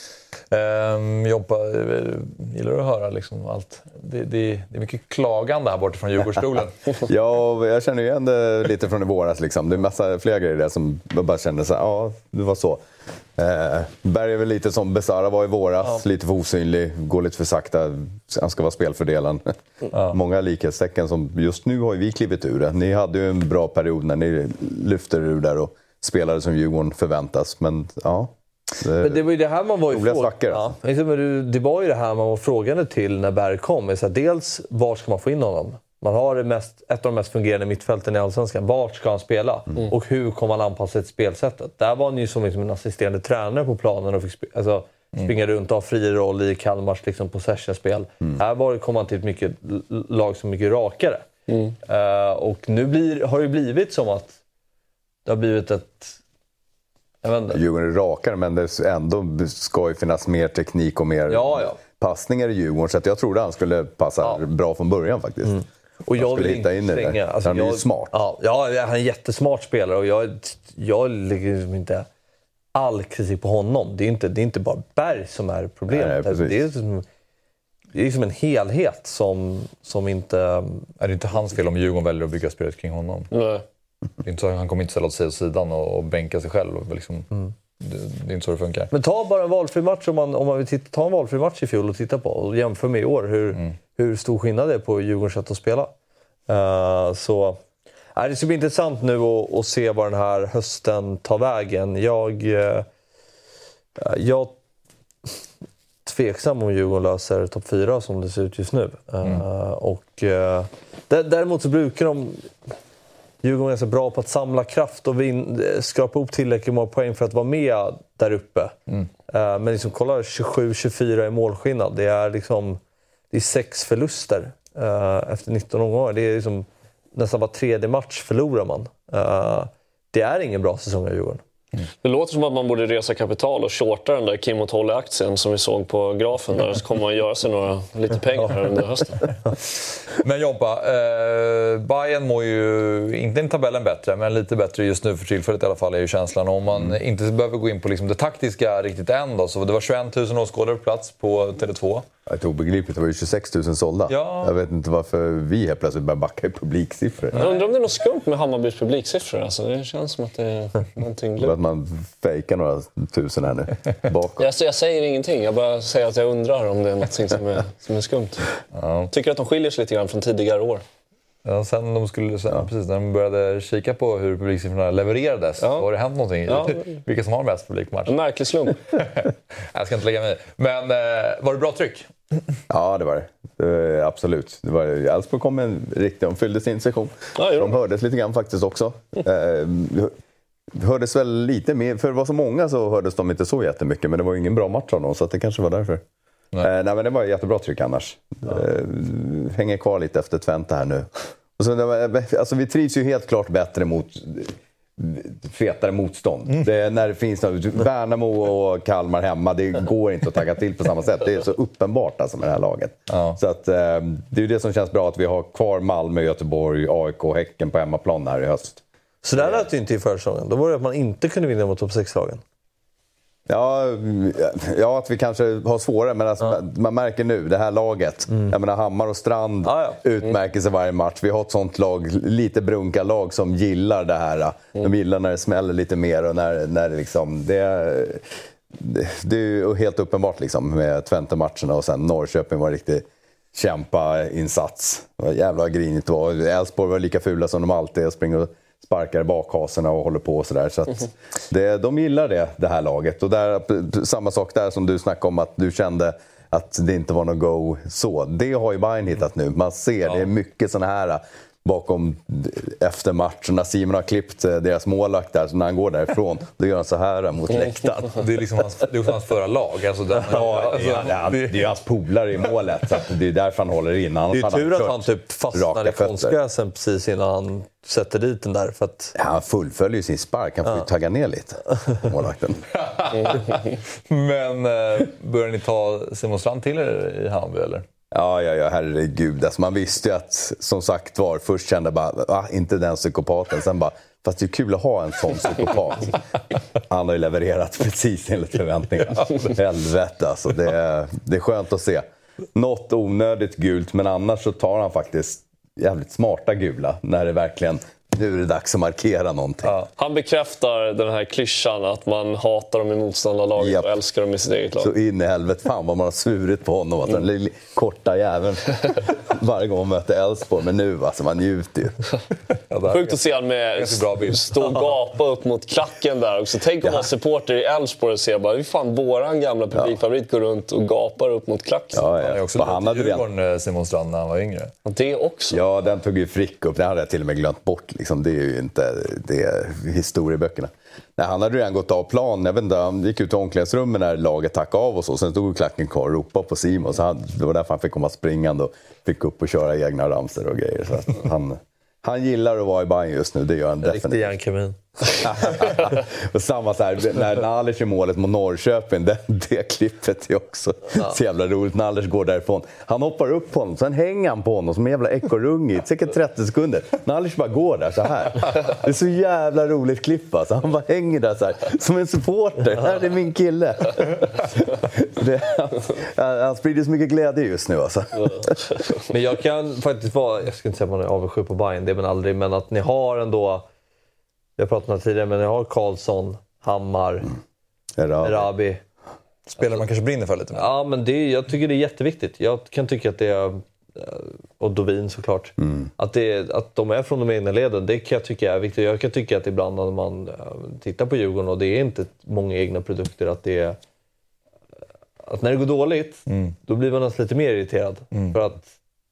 A: Um, Jobba, gillar du att höra liksom allt? Det, det, det är mycket klagande här borta från Djurgårdsstolen.
B: Ja, jag känner igen det lite från i våras. Liksom. Det är massa fler grejer där som jag bara kände så här, ja, det var så. Eh, Berg är väl lite som Besara var i våras, ja. lite för osynlig, går lite för sakta, han ska vara spelfördelen. Ja. Många likhetstecken som just nu har vi klivit ur det. Ni hade ju en bra period när ni lyfter ur där och spelade som Djurgården förväntas, men ja.
D: Det, men det var ju det här man var ju
B: fråga... svackor,
D: ja. Det var ju det här man var frågande till när Berg kom. Så här, dels, var ska man få in honom? Man har det mest, ett av de mest fungerande mittfälten i Allsvenskan. Vart ska han spela? Mm. Och hur kommer man anpassa ett spelsättet? Där var han ju som liksom en assisterande tränare på planen och fick sp- alltså, springa mm. runt och ha fri roll i Kalmars liksom, possession-spel. Mm. Här var det, kom han till ett mycket, lag som mycket rakare. Mm. Uh, och nu blir, har det blivit som att det har blivit ett...
B: Djurgården är rakare, men det ändå ska ju finnas mer teknik och mer
D: ja, ja.
B: passningar i Djurgården. Så att jag trodde han skulle passa ja. bra från början faktiskt. Mm.
D: Och jag vill inte in i det. Alltså,
B: han är
D: jag,
B: ju smart.
D: Ja, ja, han är en jättesmart spelare och jag, jag lägger liksom inte all kritik på honom. Det är inte, det är inte bara Berg som är problemet. Nej, det, är som, det är liksom en helhet som, som inte...
A: Är det inte hans fel om Djurgården väljer att bygga spelet kring honom?
C: Nej.
A: Det är inte så, han kommer inte ställa sig åt sidan och, och bänka sig själv. Och liksom, mm. det, det är inte så det funkar.
D: Men ta bara en valfri match om man, om man vill titta, ta en valfri match i fjol och titta på och jämför med i år. Hur, mm. hur stor skillnad det är på Djurgårdens sätt att spela. Uh, så äh, det ska bli intressant nu att, att se vad den här hösten tar vägen. Jag uh, jag tveksam om Djurgården löser topp fyra som det ser ut just nu. Mm. Uh, och uh, däremot så brukar de Djurgården är så bra på att samla kraft och vin, skrapa upp tillräckligt många poäng för att vara med där uppe. Mm. Uh, men liksom kolla tjugosju tjugofyra i målskillnad. Det är liksom det är sex förluster uh, efter nitton omgångar. Det är liksom nästan var tredje match förlorar man. Uh, det är ingen bra säsong av Djurgården.
C: Mm. Det låter som att man borde resa kapital och shorta den där Kim och Tolle-aktien som vi såg på grafen där, så kommer man göra sig några lite pengar här under hösten.
A: Men Jompa, eh, Bayern mår ju inte i tabellen bättre, men lite bättre just nu för tillfället i alla fall är ju känslan. Om man mm. inte behöver gå in på liksom det taktiska riktigt än då, så det var tjugoett tusen åskådare på plats på Tele två.
B: Det är obegripligt, det var ju tjugosex tusen sålda. Ja. Jag vet inte varför vi helt plötsligt börjar backa i publiksiffror.
C: Jag undrar om det är något skumt med Hammarbys publiksiffror. Alltså, det känns som att det är någonting lugnt.
B: Att man fejkar några tusen här nu bakåt.
C: jag, jag säger ingenting, jag bara säger att jag undrar om det är något som är, som är skumt. Ja. Tycker att de skiljer sig lite grann från tidigare år.
A: Ja, sen, de skulle, sen ja. precis, när de började kika på hur publiksiffrorna levererades, ja. har det hänt någonting? Ja. Vilka som har mest publik på matchen?
C: En märklig slump.
A: Jag ska inte lägga mig. Men eh, var det bra tryck?
B: Ja, det var det. det absolut. Det var Elfsborg kom en riktigt, de fyllde sin session. Ja, de hördes lite grann faktiskt också. Eh, hördes väl lite mer, för det var så många så hördes de inte så jättemycket, men det var ju ingen bra match av dem, så att det kanske var därför. Nej. Eh, nej men det var jättebra tryck annars. Ja. Eh, hänger kvar lite efter Twente här nu. Och så, alltså, vi trivs ju helt klart bättre mot fetare motstånd. Mm. Det, när det finns något, Värnamo och Kalmar hemma, det går inte att tagga till på samma sätt. Det är så uppenbart alltså med det här laget. Ja. Så att, eh, det är ju det som känns bra, att vi har kvar Malmö, Göteborg, A I K och Häcken på hemmaplan här i höst.
D: Så där lät det inte i försäsongen. Då var det att man inte kunde vinna mot topp sex-lagen.
B: Ja, ja, att vi kanske har svårare, men alltså, ja. man märker nu, det här laget. Mm. Jag menar, Hammar och Strand ah, ja. mm. utmärker sig varje match. Vi har ett sånt lag, lite brunka lag som gillar det här. Mm. De gillar när det smäller lite mer och när, när det liksom... Det, det, det är ju helt uppenbart liksom med Twente-matcherna, och sen Norrköping var en riktig kämpa-insats. Det var jävla grinigt. Elfsborg var lika fula som de alltid är, springer och sparkar i bakhaserna och håller på och sådär. Så att det, de gillar det, det här laget. Och där, samma sak där som du snackade om, att du kände att det inte var något go så. Det har ju Bayern hittat nu. Man ser, ja. det är mycket sådana här bakom efter matcherna. Simon har klippt deras målvakt där, så när han går därifrån, då gör han så här mot läktaren.
A: Det är liksom hans, det är hans förra lag. Alltså där,
B: ja, alltså, ja, det, är, det är ju hans polare i målet, så att det är därför han håller in. Han,
D: det är tur att han typ fastnar i konstgräsen precis innan han sätter dit den där. För att...
B: ja, han fullföljer ju sin spark, han får ja. ju tagga ner lite, målvakten.
A: Men eh, börjar ni ta Simon Strand till er i Hammarby, eller?
B: Ja, ja, ja, herregud. Alltså, man visste ju att, som sagt var, först kände bara, ah, inte den psykopaten. Sen bara, fast det är kul att ha en sån psykopat. Han har ju levererat precis enligt förväntningarna. Helvete, alltså. Det är, det är skönt att se. Något onödigt gult, men annars så tar han faktiskt jävligt smarta gula. När det verkligen... nu är det dags att markera någonting. Ja.
C: Han bekräftar den här klyschan att man hatar dem i motståndarlaget yep. och älskar dem i sitt eget lag.
B: Så in i helvete, fan vad man har svurit på honom. Att den lilla korta jäveln varje gång man möter Elfsborg. Men nu, alltså, man njuter ju.
C: Ja, sjukt att se han med stå och gapa upp mot klacken där också. Tänk om ja. man supporter i Elfsborg och ser bara, hur fan våran gamla publikfavorit går runt och gapar upp mot klacken.
A: Ja, ja. Han är också han hade Djurgården, Simon Strand, när han var yngre.
C: Och det också.
B: Ja, den tog ju Frick upp. Det hade jag till och med glömt bort. Liksom, det är ju inte det är historieböckerna. Nej, han hade redan gått av plan. Jag vet inte, han gick ut i omklädningsrummet när laget tackade av och så. Sen stod klacken kvar och ropade på Simon. Så han, det var därför han fick komma springande och fick upp och köra egna ramser och grejer. Så att han, han gillar att vara i Bayern just nu, det gör han definitivt.
D: Riktig Jan Kemin.
B: Och samma så här, när Nalic är målet mot Norrköping, det, det klippet är också ja. så jävla roligt. Nalic går därifrån. Han hoppar upp på honom, sen hänger han på honom som en jävla ekorrunge i säkert trettio sekunder. Nalic bara går där så här. Det är så jävla roligt klipp alltså. Han bara hänger där så här, som en supporter. Här är min kille. Det, han, han sprider så mycket glädje just nu alltså.
D: Men jag kan faktiskt vara, jag ska inte säga att man är avundsjuk på Bayern, det är man aldrig, men att ni har ändå, jag har pratat om det tidigare, men ni har Karlsson, Hammar, mm. Erabi.
A: Spelare man kanske brinner för lite mer.
D: Ja, men det, jag tycker det är jätteviktigt. Jag kan tycka att det är, och Dovin såklart, mm. att, det, att de är från de egna leden, det kan jag tycka är viktigt. Jag kan tycka att ibland när man tittar på Djurgården och det är inte många egna produkter, att det är, att när det går dåligt, mm. då blir man nästan lite mer irriterad. Mm. För att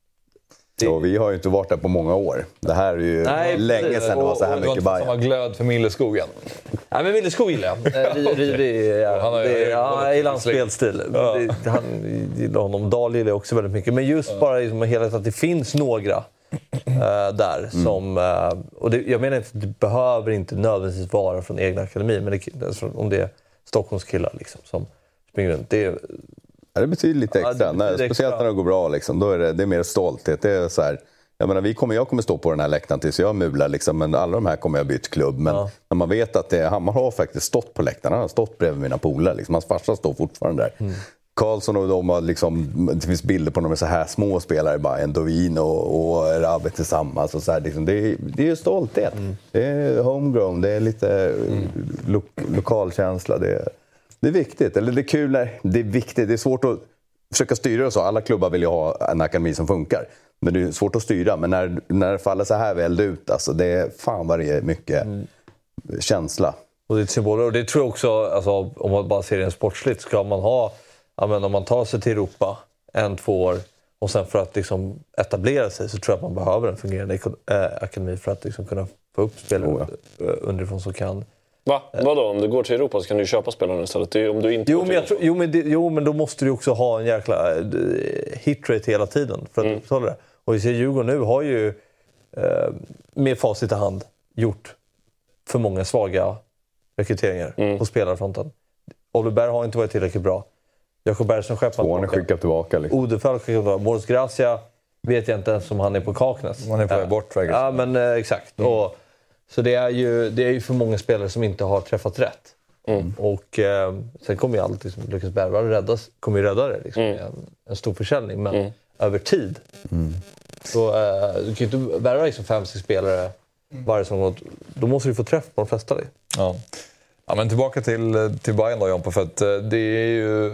B: det... Ja, vi har ju inte varit där på många år. Det här är ju Nej, länge sedan det var så här mycket Bayern.
A: Det var glöd för Milleskogen.
D: Nej, men Milleskog gillar jag. Rivi, ja, han är, det, ja, jag gillar hans spelstil. Ja. Det, han gillar honom. Dahl gillar jag också väldigt mycket. Men just ja. bara liksom, hela att det finns några äh, där mm. som... Äh, och det, jag menar inte att det behöver inte nödvändigtvis vara från egna akademi. Men det, alltså, om det är Stockholmskillar liksom, som springer runt. Det är,
B: ja, det betyder lite extra. Ja, betyder när, speciellt extra. När det går bra. Liksom, då är det, det är mer stolthet. Det är så här... Jag menar, vi kommer, jag kommer stå på den här läktaren tills jag mular, liksom, men alla de här kommer jag byta klubb. Men ja. när man vet att det, Hammar har faktiskt stått på läktaren, han har stått bredvid mina polare. Liksom, hans farsa står fortfarande där. Mm. Karlsson och de har liksom, det finns bilder på de så här små spelare, bara en Dovin och, och Erabi tillsammans. Och så här, liksom, det, är, det är ju stolthet. Mm. Det är homegrown, det är lite mm. lo, lokalkänsla. Det är, det är viktigt, eller det är kul när det är viktigt. Det är svårt att försöka styra och så. Alla klubbar vill ju ha en akademi som funkar. Men det är svårt att styra. Men när, när det faller så här väl ut, alltså, det är fan vad det är mycket mm. känsla.
D: Och det är symboler. Och det tror jag också, alltså, om man bara ser det sportsligt, ska man ha, ja, men om man tar sig till Europa en, två år och sen för att liksom etablera sig, så tror jag att man behöver en fungerande äh, akademi för att liksom kunna få upp spelare oh, ja. underifrån som kan.
C: Va? Vadå? Om du går till Europa så kan du köpa spelarna istället. Det är, om du inte
D: jo, men jag tror, jo, men det, jo, men då måste du också ha en jäkla uh, hitrate hela tiden för att mm. upptala det. Och vi ser Djurgården nu har ju uh, med facit i hand gjort för många svaga rekryteringar mm. på spelarfronten. Oliver Berg har inte varit tillräckligt bra. Jakob Bergström skeppat
B: tillbaka. skickat tillbaka. Liksom.
D: Odefall skickat tillbaka. Moritz Gracia vet jag inte ens om han är på Kaknäs.
A: Man är på väg bort.
D: Ja, men uh, exakt. Mm. Och, så det är, ju, det är ju för många spelare som inte har träffat rätt. Mm. Och eh, sen kommer ju alltid, liksom, Lukas Bergvall räddas, kommer ju rädda det. Liksom, mm. en, en stor försäljning. Men mm. över tid. Mm. Så eh, du kan ju inte värva liksom fem, sex spelare varje säsong. Då måste du få träff på de flesta.
A: Ja. Ja, men tillbaka till, till Bayern då, Jompa, för att det är ju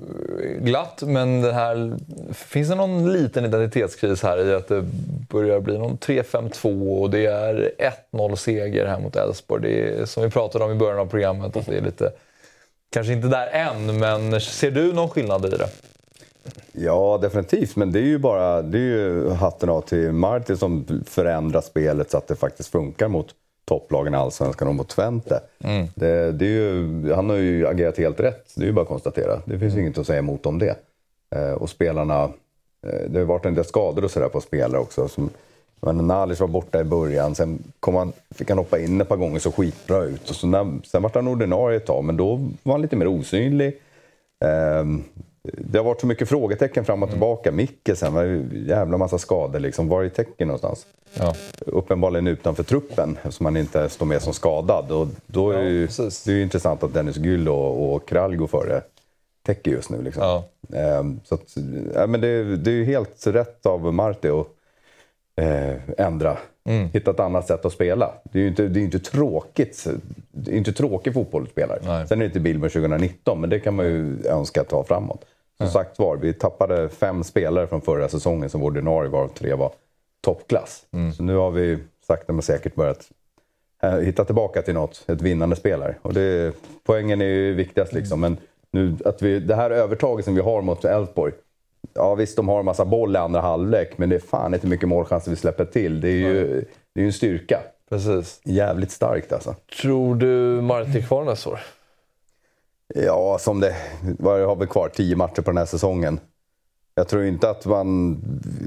A: glatt, men det här, finns det någon liten identitetskris här i att det börjar bli någon tre fem två och det är ett noll seger här mot Elfsborg. Det är, som vi pratade om i början av programmet, att det är lite, kanske inte där än, men ser du någon skillnad i det?
B: Ja, definitivt, men det är ju bara, det är ju hatten av till Martin som förändrar spelet så att det faktiskt funkar mot topplagen i Allsvenskan och mot Twente. Mm. Det, det är ju, han har ju agerat helt rätt. Det är ju bara att konstatera. Det finns mm. inget att säga emot om det. Eh, och spelarna... Eh, det har varit en del skador och sådär på spelare också. Som, men Nalic var borta i början. Sen kom han, fick han hoppa in ett par gånger så skitbra ut. Och så när, sen var han ordinarie ett tag. Men då var han lite mer osynlig. Eh, det har varit så mycket frågetecken fram och tillbaka. Mm. Micke sen var det jävla massa skador. Liksom. Var är tecken någonstans? Ja. Uppenbarligen utanför truppen som han inte står med som skadad. Och då är ja, ju, det är ju intressant att Dennis Gyll och, och Krall går före täcker just nu. Liksom. Ja. Ehm, så att, ja, men det, det är ju helt rätt av Marti att eh, ändra. Mm. Hitta ett annat sätt att spela. Det är ju inte, det är inte tråkigt. Det är inte tråkig fotbollsspelare. Nej. Sen är det inte Billborn tjugonitton, men det kan man ju önska ta framåt. Som ja. sagt var, vi tappade fem spelare från förra säsongen som ordinarie var, tre var toppklass. Mm. Så nu har vi sakta men säkert börjat äh, hitta tillbaka till något, ett vinnande spelare. Och det, poängen är ju viktigast liksom. Men nu, att vi, det här övertaget som vi har mot Elfsborg, ja visst de har en massa boll i andra halvlek, men det är fan inte mycket målchanser vi släpper till. Det är ju, mm. det är ju en styrka.
D: Precis.
B: Jävligt starkt alltså.
D: Tror du Marti kvar nästa år?
B: Ja, som det, vad har vi kvar? Tio matcher på den här säsongen. Jag tror inte att man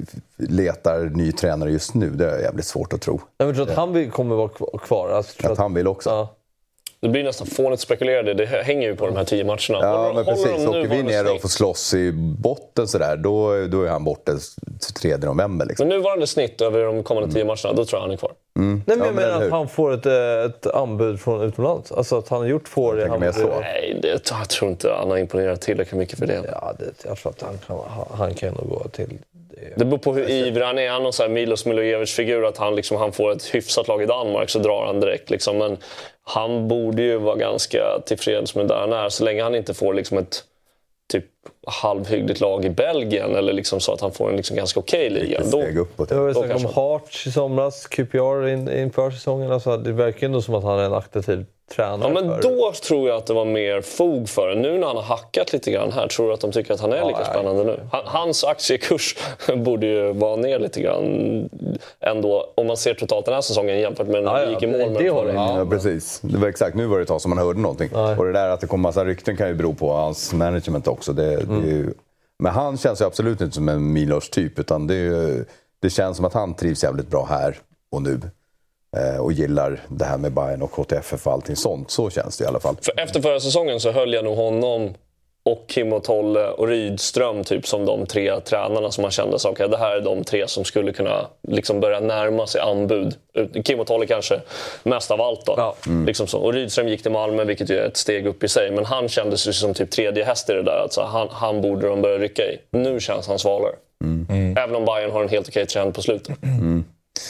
B: letar ny tränare just nu. Det är jävligt svårt att tro.
D: Jag tror att han vill, kommer vara kvar. Alltså,
B: att,
D: att
B: han vill också.
C: Ja. Det blir nästan fånigt spekulerade. Det hänger ju på de här tio matcherna.
B: Ja,
C: håller,
B: men precis.
C: Håller
B: Åker vi ner och får slåss i botten sådär, då, då är han borta tredje november. Liksom.
C: Men nuvarande snitt över de kommande tio matcherna, då tror jag han är kvar.
B: Mm.
D: Nej, men
B: ja,
D: jag menar att han får ett, ett anbud från utomlands. Alltså att han har gjort får det. Han
B: så.
C: Nej, det, jag tror inte han har imponerat tillräckligt mycket för det.
D: Ja, det, jag tror att han kan, han kan nog gå till... Det,
C: det beror på hur ivrig han är. Han är någon så här Milos Milojevic-figur, att han, liksom, han får ett hyfsat lag i Danmark så drar han direkt. Liksom. Men han borde ju vara ganska tillfreds med där han är. Så länge han inte får liksom ett typ halvhyggligt lag i Belgien eller liksom så att han får en liksom ganska okej liga. Då,
B: uppåt,
D: det var ju snack om Hearts i somras, Q P R in, inför säsongen. Alltså, det verkar ändå som att han är en aktiv tränare.
C: Ja, men
D: för...
C: då tror jag att det var mer fog för det. Nu när han har hackat lite grann här, tror jag att de tycker att han är lika ja, spännande nu. Hans aktiekurs borde ju vara ner lite grann ändå, om man ser totalt den här säsongen jämfört med när han ja, gick i mål.
D: Det, det har det.
B: Ja, precis. Det var exakt, nu var det ett tag som man hörde någonting. Nej. Och det där att det kom massa rykten kan ju bero på hans management också. Det, mm. det är ju... Men han känns ju absolut inte som en Milos typ, utan det, är ju... det känns som att han trivs jävligt bra här och nu. Och gillar det här med Bayern och K T F F och allting sånt. Så känns det i alla fall.
C: För efter förra säsongen så höll jag nog honom och Kim och Tolle och Rydström typ som de tre tränarna som man kände så, okay, det här är de tre som skulle kunna liksom börja närma sig anbud. Kim och Tolle kanske mest av allt då. Ja. Mm. Liksom så. Och Rydström gick till Malmö, vilket ju är ett steg upp i sig. Men han kändes ju som typ tredje häst i det där. Alltså, han, han borde de börja rycka i. Nu känns han svalare. Mm. Mm. Även om Bayern har en helt okej trend på slutet.
A: Mm.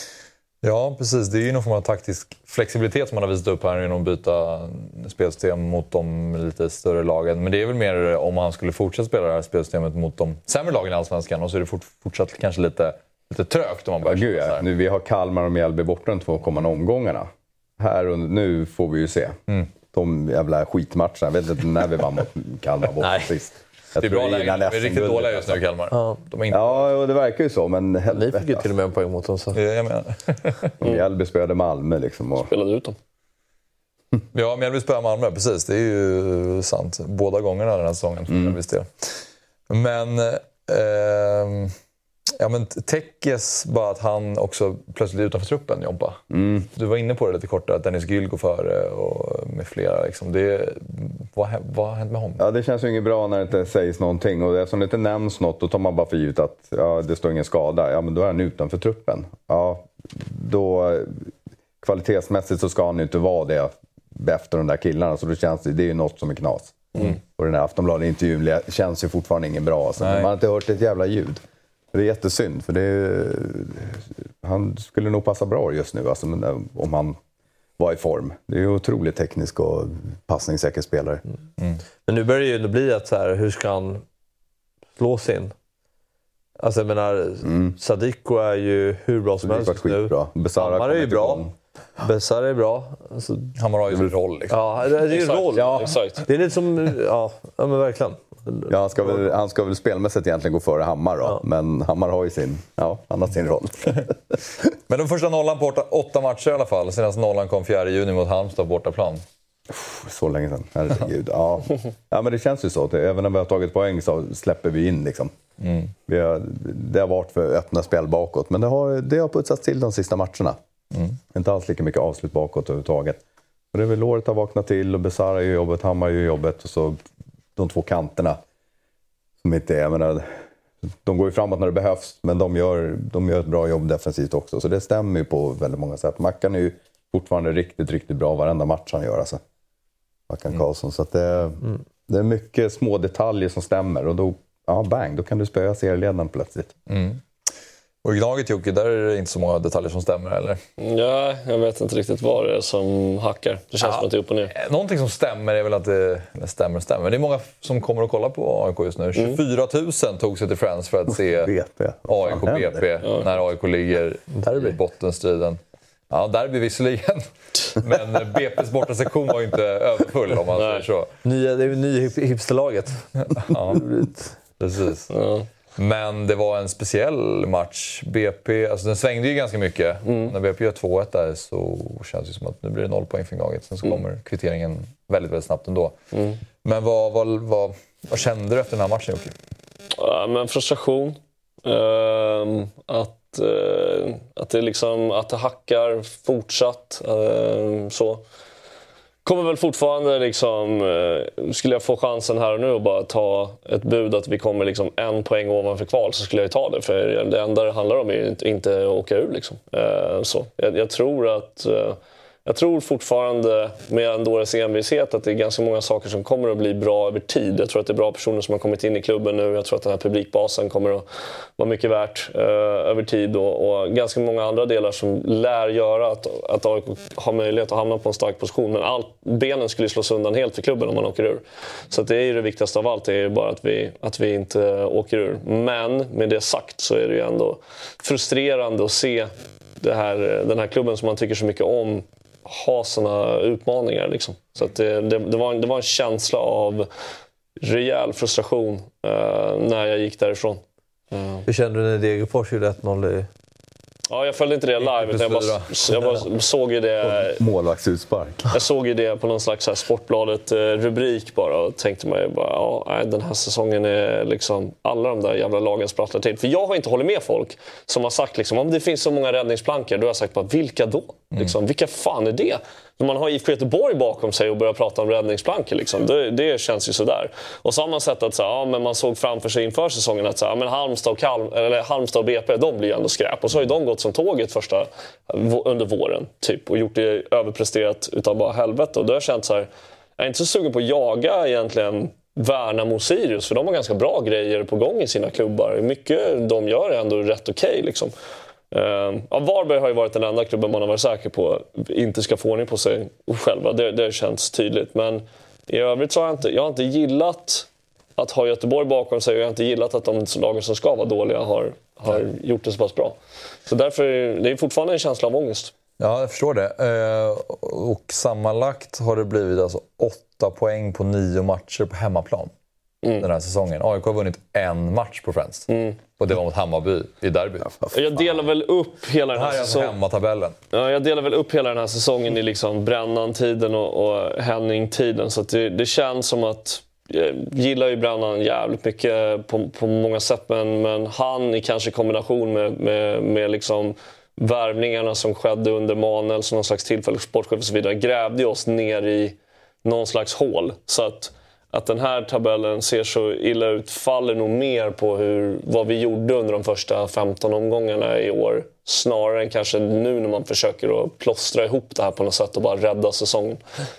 A: Ja, precis. Det är ju någon form av taktisk flexibilitet som man har visat upp här genom att byta spelsystem mot de lite större lagen. Men det är väl mer om han skulle fortsätta spela det här spelsystemet mot de sämre lagen i Allsvenskan, och så är det fort, fortsatt kanske lite, lite trögt om man börjar.
B: Ja, gud, ja. Nu, vi har Kalmar och Mjällby borta de två kommande omgångarna. Här och nu får vi ju se. Mm. De jävla skitmatcherna. Jag vet inte när vi vann mot Kalmar borta sist.
A: Jag det är bra läge. Vi är riktigt dåliga just nu, Kalmar.
B: Ja,
A: de är inte...
B: ja, det verkar ju så, men helvete.
D: Ni fick ju till och med en poäng mot dem. Så.
A: Ja, jag menar.
B: mm. Mjällby spelade Malmö liksom. Och...
C: Spelade ut dem.
A: Ja, Mjällby spelade Malmö, precis. Det är ju sant. Båda gångerna den här säsongen. Mm. Visst det. Men... Eh... Ja, men Tekes, bara att han också plötsligt är utanför truppen, Jompa. Mm. Du var inne på det lite kort, att Dennis Gyll går före och med flera. Liksom. Det, vad, vad har hänt med honom?
B: Ja, det känns ju inget bra när det inte sägs någonting. Och eftersom det inte nämns något, då tar man bara för givet att ja, det står ingen skada. Ja, men då är han utanför truppen. Ja, då kvalitetsmässigt så ska han ju inte vara det efter de där killarna. Så då känns det, det är ju något som är knas. Mm. Och den här Aftonbladet-intervjun känns ju fortfarande ingen bra. Alltså. Man har inte hört ett jävla ljud. Det är jättesynd, för det är, han skulle nog passa bra just nu, alltså, om han var i form. Det är ju otroligt teknisk och passningssäker spelare.
D: Mm. Men nu börjar det ju bli att så här, hur ska han slå sin? Alltså jag menar, mm. Sadiko är ju hur bra som helst nu. Hammar är ju bra. Bessar är bra. Alltså,
A: Hammar har ju en roll. Liksom.
D: Ja, det är ju en roll. Ja,
C: exakt.
D: Det är lite som, ja, ja men verkligen.
B: Ja, han ska väl, han ska väl spelmässigt egentligen gå före Hammar då. Ja. Men Hammar har ju sin, ja, han har sin roll.
A: Men den första nollan på åtta, åtta matcher i alla fall. Senast nollan kom fjärde juni mot Halmstad bortaplan.
B: Så länge sedan, herregud. Ja. Ja, men det känns ju så. Även när vi har tagit poäng så släpper vi in liksom. Mm. Vi har, det har varit för öppna spel bakåt. Men det har, det har putsats till de sista matcherna. Mm. Inte alls lika mycket avslut bakåt överhuvudtaget. Och det är väl året har vaknat till och Besara gör jobbet, Hammar gör jobbet och så de två kanterna som inte är, jag menar, de går ju framåt när det behövs, men de gör, de gör ett bra jobb defensivt också. Så det stämmer ju på väldigt många sätt. Mackan är ju fortfarande riktigt, riktigt bra varenda match han gör. Alltså. Mackan mm. Karlsson. Så att det, mm. det är mycket små detaljer som stämmer. Och då, ja, bang, då kan du spöa serieledaren plötsligt.
A: Mm. Och i Gnaget, Jocke, där är det inte så många detaljer som stämmer, eller?
C: Ja, jag vet inte riktigt vad det är som hackar. Det känns ja, som att det är upp och ner.
A: Någonting som stämmer är väl att det stämmer och stämmer. Det är många som kommer att kolla på A I K just nu. tjugofyra tusen tog sig till Friends för att se
B: B P.
A: A I K B P ja. När A I K ligger i bottenstriden. Ja, derby visserligen. Men B P:s bortasektion var ju inte överfull, om man säger så.
D: Nya, det är ju nya hipsterlaget.
A: Ja, precis. Ja. Men det var en speciell match. B P, alltså den svängde ju ganska mycket. Mm. När B P gör två ett där så känns det som att nu blir det noll poäng för Gnaget. Sen så mm. kommer kvitteringen väldigt, väldigt snabbt ändå. Mm. Men vad, vad, vad, vad kände du efter den här matchen, Jocke?
C: Ja, men frustration. Uh, att, uh, att, det liksom, att det hackar fortsatt. Uh, så. Kommer väl fortfarande liksom, uh, skulle jag få chansen här och nu och bara ta ett bud att vi kommer liksom en poäng ovanför kval, så skulle jag ta det. För det enda det handlar om är inte, inte att åka ur. Liksom. Uh, så. Jag, jag tror att... Uh, Jag tror fortfarande med en dåres envishet att det är ganska många saker som kommer att bli bra över tid. Jag tror att det är bra personer som har kommit in i klubben nu. Jag tror att den här publikbasen kommer att vara mycket värt eh, över tid. Och, och ganska många andra delar som lär göra att, att A I K har möjlighet att hamna på en stark position. Men all, benen skulle slås undan helt för klubben om man åker ur. Så att det är ju det viktigaste av allt. Det är ju bara att vi, att vi inte åker ur. Men med det sagt så är det ju ändå frustrerande att se det här, den här klubben som man tycker så mycket om ha såna utmaningar liksom. Så att det, det, det, var en, det var en känsla av rejäl frustration uh, när jag gick därifrån. Uh.
D: Hur kände du när Degerfors gjorde ett noll i...
C: Ja, jag följde inte det live, utan jag, bara, jag bara såg ju det...
B: Målvaktsutspark.
C: Jag såg ju det på någon slags så här Sportbladet-rubrik bara och tänkte mig bara, ja, nej, den här säsongen är liksom alla de där jävla lagen sprattlar till. För jag har inte hållit med folk som har sagt liksom, om det finns så många räddningsplankor, då har jag sagt bara, vilka då? Mm. Liksom, vilka fan är det? För man har I F K Göteborg bakom sig och börjar prata om räddningsplankor. Liksom. Det, det känns ju sådär. Och så har man sett att så, ja, men man såg framför sig inför säsongen att så, ja, men Halmstad, och Kalm, eller Halmstad och B P, de blir ju ändå skräp. Och så har ju de gått som tåget första, under våren typ, och gjort det överpresterat utav bara helvete. Och då har jag känt så här, jag är inte så sugen på att jaga egentligen Värnamo och Sirius, för de har ganska bra grejer på gång i sina klubbar. Mycket de gör är ändå rätt okej okay, liksom. Uh, ja, Varberg har ju varit den enda klubben man har varit säker på inte ska få ordning på sig själva. Det, det känns tydligt. Men i övrigt så har jag inte, jag har inte gillat att ha Göteborg bakom sig, och jag har inte gillat att de lagen som ska vara dåliga har, har gjort det så pass bra. Så därför det är fortfarande en känsla av ångest.
A: Ja, jag förstår det. Uh, och sammanlagt har det blivit alltså åtta poäng på nio matcher på hemmaplan. Mm. Den här säsongen. A I K har vunnit en match på Friends. Mm. Och det var mot Hammarby i derby.
C: Jag delar väl upp hela den här,
A: här säsongen. Hemmatabellen.
C: Ja, jag delar väl upp hela den här säsongen i liksom Brännan-tiden och, och Henning-tiden. Så att det, det känns som att jag gillar ju Brännan jävligt mycket på, på många sätt. Men, men han i kanske kombination med, med, med liksom värvningarna som skedde under Manel som någon slags tillfällig sportchef och så vidare grävde oss ner i någon slags hål. Så att Att den här tabellen ser så illa ut faller nog mer på hur, vad vi gjorde under de första femton omgångarna i år. Snarare än kanske nu när man försöker att plåstra ihop det här på något sätt och bara rädda säsongen.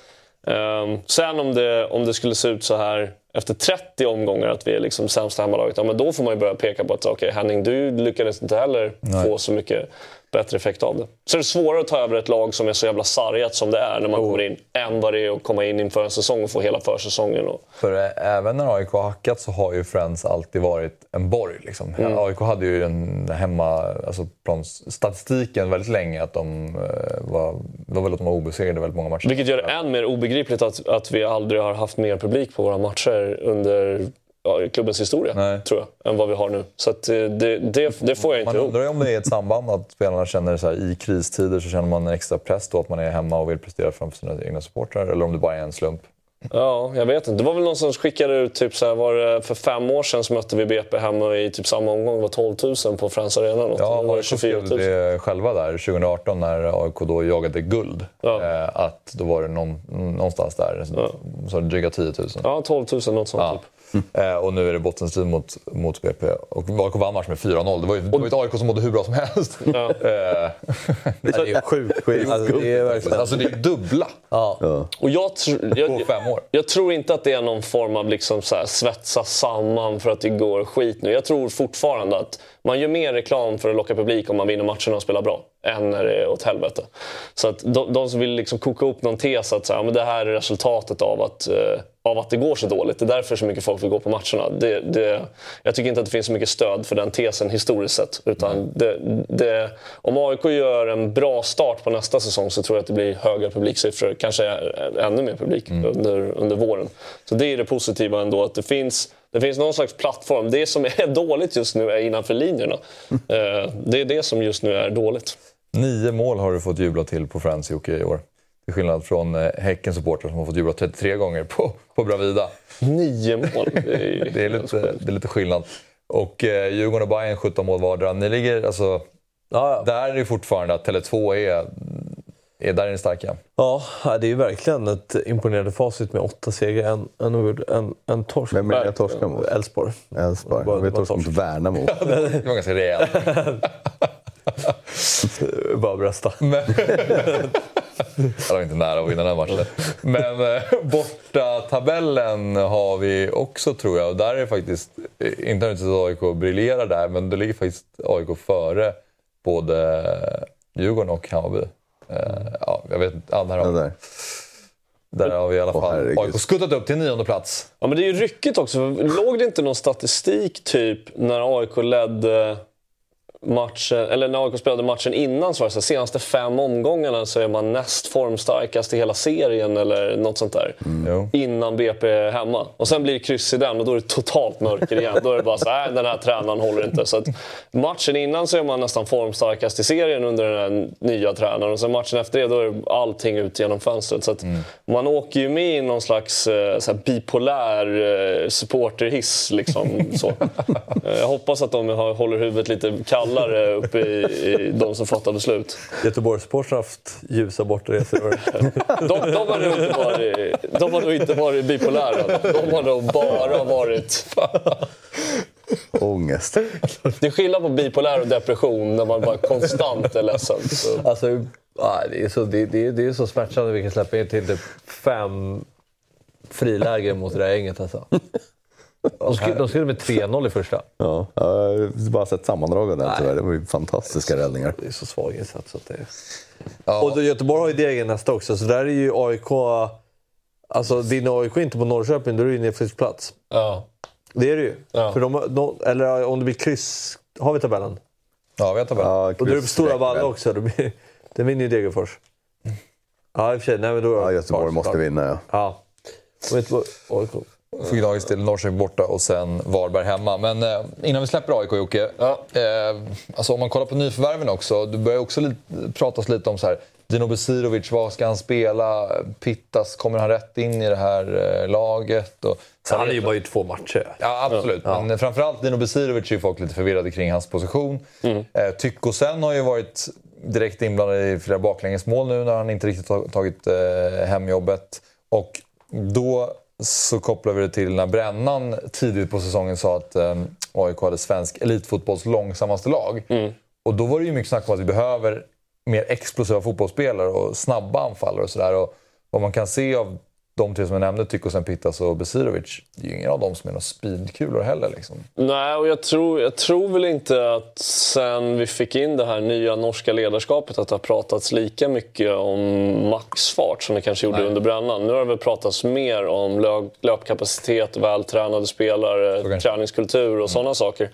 C: Um, sen om det, om det skulle se ut så här efter trettio omgångar att vi är liksom sämsta hemmalaget, ja, men då får man ju börja peka på att okay, Henning, du lyckades inte heller Nej. få så mycket bättre effekt av det. Så är det svårare att ta över ett lag som är så jävla sargat som det är när man oh. kommer in, än vad det är att komma in inför en säsong och få hela försäsongen. Och...
A: För äh, även när A I K har hackat så har ju Friends alltid varit en borg. Liksom. Mm. A I K hade ju en hemma, alltså från statistiken väldigt länge att de uh, var, var väl att de var obesegrade väldigt många matcher.
C: Vilket gör det än mer obegripligt att, att vi aldrig har haft mer publik på våra matcher under ja, klubbens historia, Nej. tror jag, än vad vi har nu. Så att det, det, det får jag inte
A: Man undrar ju om det är ett samband att spelarna känner så här, i kristider så känner man en extra press då att man är hemma och vill prestera framför sina egna supportrar, eller om det bara är en slump.
C: Ja, jag vet inte. Det var väl någon som skickade ut typ så här, var det för fem år sedan så mötte vi B P hemma i typ samma omgång, det var tolv tusen på Friends Arena. Något.
A: Ja,
C: det var tjugofyra tusen.
A: Det själva där tjugo arton när A I K då jagade guld. Ja. Eh, att då var det någon, någonstans där, ja. så dryga tio tusen.
C: Ja, tolv tusen något sånt
A: ja. typ. Mm. Eh, och nu är det bottenstrid mot, mot B P. Och A I K vann match med fyra noll. Det var ju, det var ju ett A I K som mådde hur bra som helst. Ja. eh.
D: Det är ju sjukt skit.
A: Alltså, det är verkligen, alltså det är dubbla.
C: Ja. Ja. Och jag, tr- jag, på fem år. Jag tror inte att det är någon form av liksom så här, svetsa samman för att det går skit nu. Jag tror fortfarande att man gör mer reklam för att locka publik om man vinner matcherna och spelar bra än när det är åt helvete. Så att de, de som vill liksom koka upp någon tes att så här, men det här är resultatet av att, eh, av att det går så dåligt. Det är därför så mycket folk vill gå på matcherna. Det, det, jag tycker inte att det finns så mycket stöd för den tesen historiskt sett. Utan det, det, om A I K gör en bra start på nästa säsong så tror jag att det blir höga publiksiffror. Kanske ännu mer publik mm. under, under våren. Så det är det positiva ändå, att det finns... Det finns någon slags plattform. Det som är dåligt just nu är innanför linjerna. Det är det som just nu är dåligt.
A: Nio mål har du fått jubla till på Friends Jocke i år. Till skillnad från Häckens supportrar som har fått jubla trettiotre gånger på, på Bravida.
C: Nio mål? Det är,
A: det är, lite, det är lite skillnad. Och eh, Djurgården och Bayern sjutton mål vardera. Ni ligger, alltså,
D: Ja, ja.
A: där är det fortfarande att Tele två är, är där är ni starka.
D: Ja, det är ju verkligen ett imponerande facit med åtta segrar, en, en, en, en torsk.
B: Vem är det torskar mot?
D: Elfsborg.
B: Elfsborg.
D: Bara-
B: Vi är
D: bara
B: torsk mot
D: torsk.
B: Värnamo.
A: Det var ganska rejält.
D: Bara brösta.
A: Men... Jag var inte nära att vinna den här matchen. Men eh, borta tabellen har vi också, tror jag. Och där är det faktiskt, eh, inte att A I K briljerar där, men det ligger faktiskt A I K före både Djurgården och Hammarby. Eh, ja, jag vet inte. Ja, där, har,
B: Ja, där.
A: där har vi i alla
B: Åh,
A: fall
B: herregud.
A: A I K skuttat upp till nionde plats.
C: Ja, men det är ju ryckigt också. Låg det inte någon statistik typ när A I K ledde matchen, eller när A I K spelade matchen innan, så var det så här, senaste fem omgångarna så är man näst formstarkast i hela serien eller något sånt där.
A: Jo.
C: Innan B P är hemma. Och sen blir det kryss i den och då är det totalt mörker igen. Då är det bara så här, den här tränaren håller inte. Så att matchen innan så är man nästan formstarkast i serien under den här nya tränaren. Och sen matchen efter det, då är allting ut genom fönstret. Så att man åker ju med i någon slags eh, så här bipolär eh, supporterhiss liksom. Så. Eh, jag hoppas att de har, håller huvudet lite kallare uppe i, i de som fattar beslut.
D: Göteborgssporten har haft ljusa bortaresor.
C: De, de har nog inte varit, de har nog inte varit bipolära. De har nog bara varit...
B: Ångest.
C: Det är skillnad på bipolär och depression när man bara konstant är ledsen. Så.
D: Alltså, ja, det, är så, det, det, det är så smärtsamt att vi kan släppa in till typ fem friläger mot det där gänget. Alltså. De skulle, de skulle med tre noll i första.
B: Ja, jag har bara sett sammandrag av den tyvärr. Det var ju fantastiska räddningar.
D: Det är så svag insats. Att det är...
A: Ja.
D: Och då, Göteborg har ju Degen nästa också, så där är ju A I K... Alltså, din A I K inte på Norrköping, då är det ju nedflyttningsplats.
C: Ja.
D: Det är det ju.
C: Ja.
D: För de, de, eller om det blir kryss... Har vi tabellen?
A: Ja, vi har tabellen.
B: Ja,
D: Och då är det på Stora
B: räcker
D: Valla
B: väl.
D: också. Då blir, det vinner ju Degerfors. Ja, i och för sig. Nej, men då
B: Ja, Göteborg måste vinna, ja.
D: Ja. Och Göteborg, A I K.
A: Får gnagas till Norrköping borta och sen Varberg hemma. Men eh, innan vi släpper A I K, Jocke.
C: Ja.
A: Eh, alltså om man kollar på nyförvärven också. Du börjar också lite, pratas lite om så här. Dino Besirovic, vad ska han spela? Pittas, kommer han rätt in i det här eh, laget? Och,
D: Han är ju bara i två matcher.
A: Ja, absolut.
D: Ja.
A: Men framförallt Dino Besirovic är ju folk lite förvirrade kring hans position. Mm. Eh, Tycko sen har ju varit direkt inblandad i flera baklängesmål nu när han inte riktigt tagit eh, hemjobbet. Och då så kopplar vi det till när Brännan tidigt på säsongen sa att eh, A I K hade svensk elitfotbolls långsammaste lag. Mm. Och då var det ju mycket snack om att vi behöver mer explosiva fotbollsspelare och snabba anfallare och sådär. Och vad man kan se av de tre som jag nämnde, Tycho, sen Pittas och Besirovic, det är ju ingen av dem som är några speedkulor heller. Liksom.
C: Nej, och jag tror, jag tror väl inte att sen vi fick in det här nya norska ledarskapet att det har pratats lika mycket om maxfart som det kanske gjorde Nej. under Brännan. Nu har det väl pratats mer om löp, löpkapacitet, vältränade spelare, träningskultur och mm. sådana saker.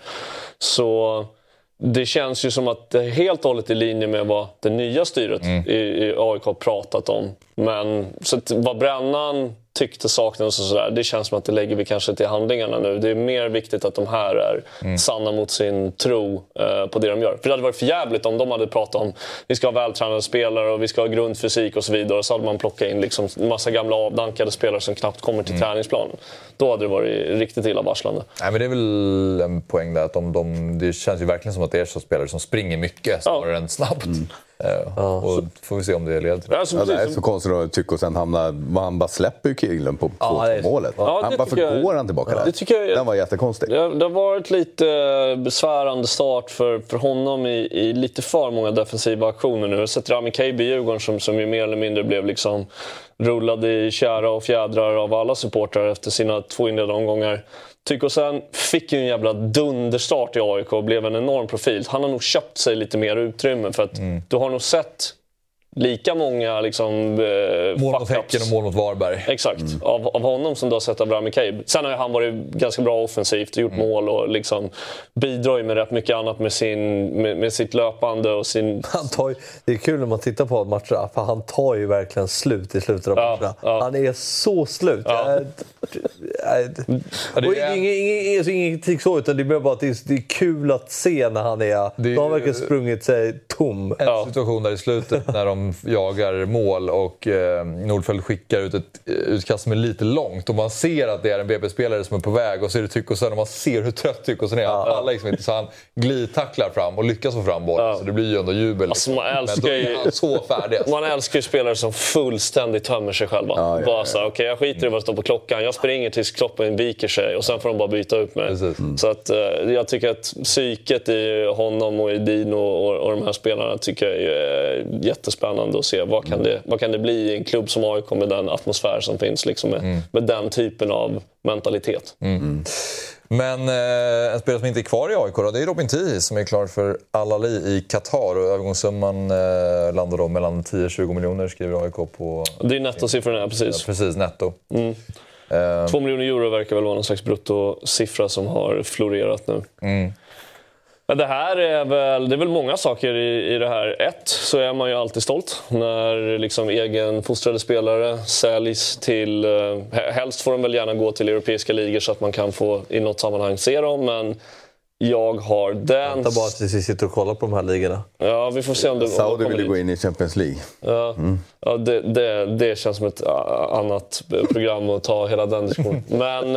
C: Så det känns ju som att det är helt och hållet i linje med vad det nya styret mm. i, i A I K har pratat om. Men så att vad Brännan tyckte saknades och sådär, det känns som att det lägger vi kanske till handlingarna nu. Det är mer viktigt att de här är mm. sanna mot sin tro eh, på det de gör. För det hade varit för jävligt om de hade pratat om vi ska ha vältränade spelare och vi ska ha grundfysik och så vidare. Och så hade man plockat in liksom en massa gamla avdankade spelare som knappt kommer till mm. träningsplanen. Då hade det varit riktigt illavarslande.
A: Nej, men det är väl en poäng där att de, de, det känns ju verkligen som att det är så spelare som springer mycket snarare ja. än snabbt. Mm. Uh, och får vi se om det leder till det.
B: Ja, det är så konstigt att Tycho sen hamnar, han bara släpper ju killen på
D: ja,
B: två målet.
C: Ja,
B: han bara
C: jag,
B: går han tillbaka
C: ja,
B: där.
C: Det tycker jag,
B: den var jättekonstig.
C: Det, det har varit lite besvärande start för, för honom i, i lite för många defensiva aktioner nu. Jag har sett Rami Keibi i Djurgården som, som ju mer eller mindre blev liksom rullad i kära och fjädrar av alla supportrar efter sina två inledande omgångar. Tycker sen fick ju en jävla dunderstart i A I K och blev en enorm profil. Han har nog köpt sig lite mer utrymme för att mm. du har nog sett lika många liksom, eh,
A: mål mot Häcken och mål mot Varberg.
C: Exakt, mm. av, av honom som du har sett av Rami Keibi. Sen har han varit ganska bra offensivt och gjort mm. mål och liksom bidrar med rätt mycket annat med, sin, med, med sitt löpande och sin...
D: Han tar ju, det är kul när man tittar på matcherna, för han tar ju verkligen slut i slutet av
C: ja,
D: matcherna.
C: ja.
D: Han är så slut.
C: Ja.
D: Jag, nej, och ingen, ingen, ingen, ingen kritik så, utan det är bara att det är, det är kul att se när han är...
A: Det är
D: de har verkligen sprungit sig tom.
A: En ja. situation där i slutet när de jagar mål och eh, Nordfeldt skickar ut ett utkast som är lite långt och man ser att det är en B B-spelare som är på väg och så är det Tyckosen och man ser hur trött Tyckosen är. Ja. Alla liksom inte, så han glidtacklar fram och lyckas få fram bollen, ja. så det blir ju ändå jubel.
C: Alltså, man älskar ju,
A: så färdig.
C: Man älskar ju spelare som fullständigt tömmer sig själva. Ja, ja, bara så okej, okay, jag skiter i vad det står på klockan. Jag springer tills kroppen viker sig och sen får de bara byta ut mig. Mm. Så att, eh, jag tycker att psyket i honom och i Dino och, och, och de här spelarna tycker jag är jättespännande att se. Vad kan, mm. det, vad kan det bli i en klubb som A I K med den atmosfär som finns liksom med, mm. med den typen av mentalitet.
A: Mm. Mm. Men eh, en spelare som inte är kvar i A I K då, det är Robin Tii som är klar för Al-Ahly i Qatar och övergångssumman eh, landar då mellan tio till tjugo miljoner skriver A I K på...
C: Det är nettosiffrorna, precis.
A: Ja, precis, netto.
C: Mm. Uh, Två miljoner euro verkar väl vara någon slags bruttosiffra som har florerat nu. Mm. Men det här är väl, det är väl många saker i, i det här. Ett, så är man ju alltid stolt när liksom egen fostrade spelare säljs till... Uh, helst får de väl gärna gå till europeiska ligor så att man kan få i något sammanhang se dem, men jag har den...
D: Vänta bara att vi sitter och kollar på de här ligorna.
C: Ja, vi får se om det...
B: Saudi vill ju gå in i Champions League.
C: Ja, mm. ja det, det, det känns som ett annat program att ta hela den diskussionen. Men,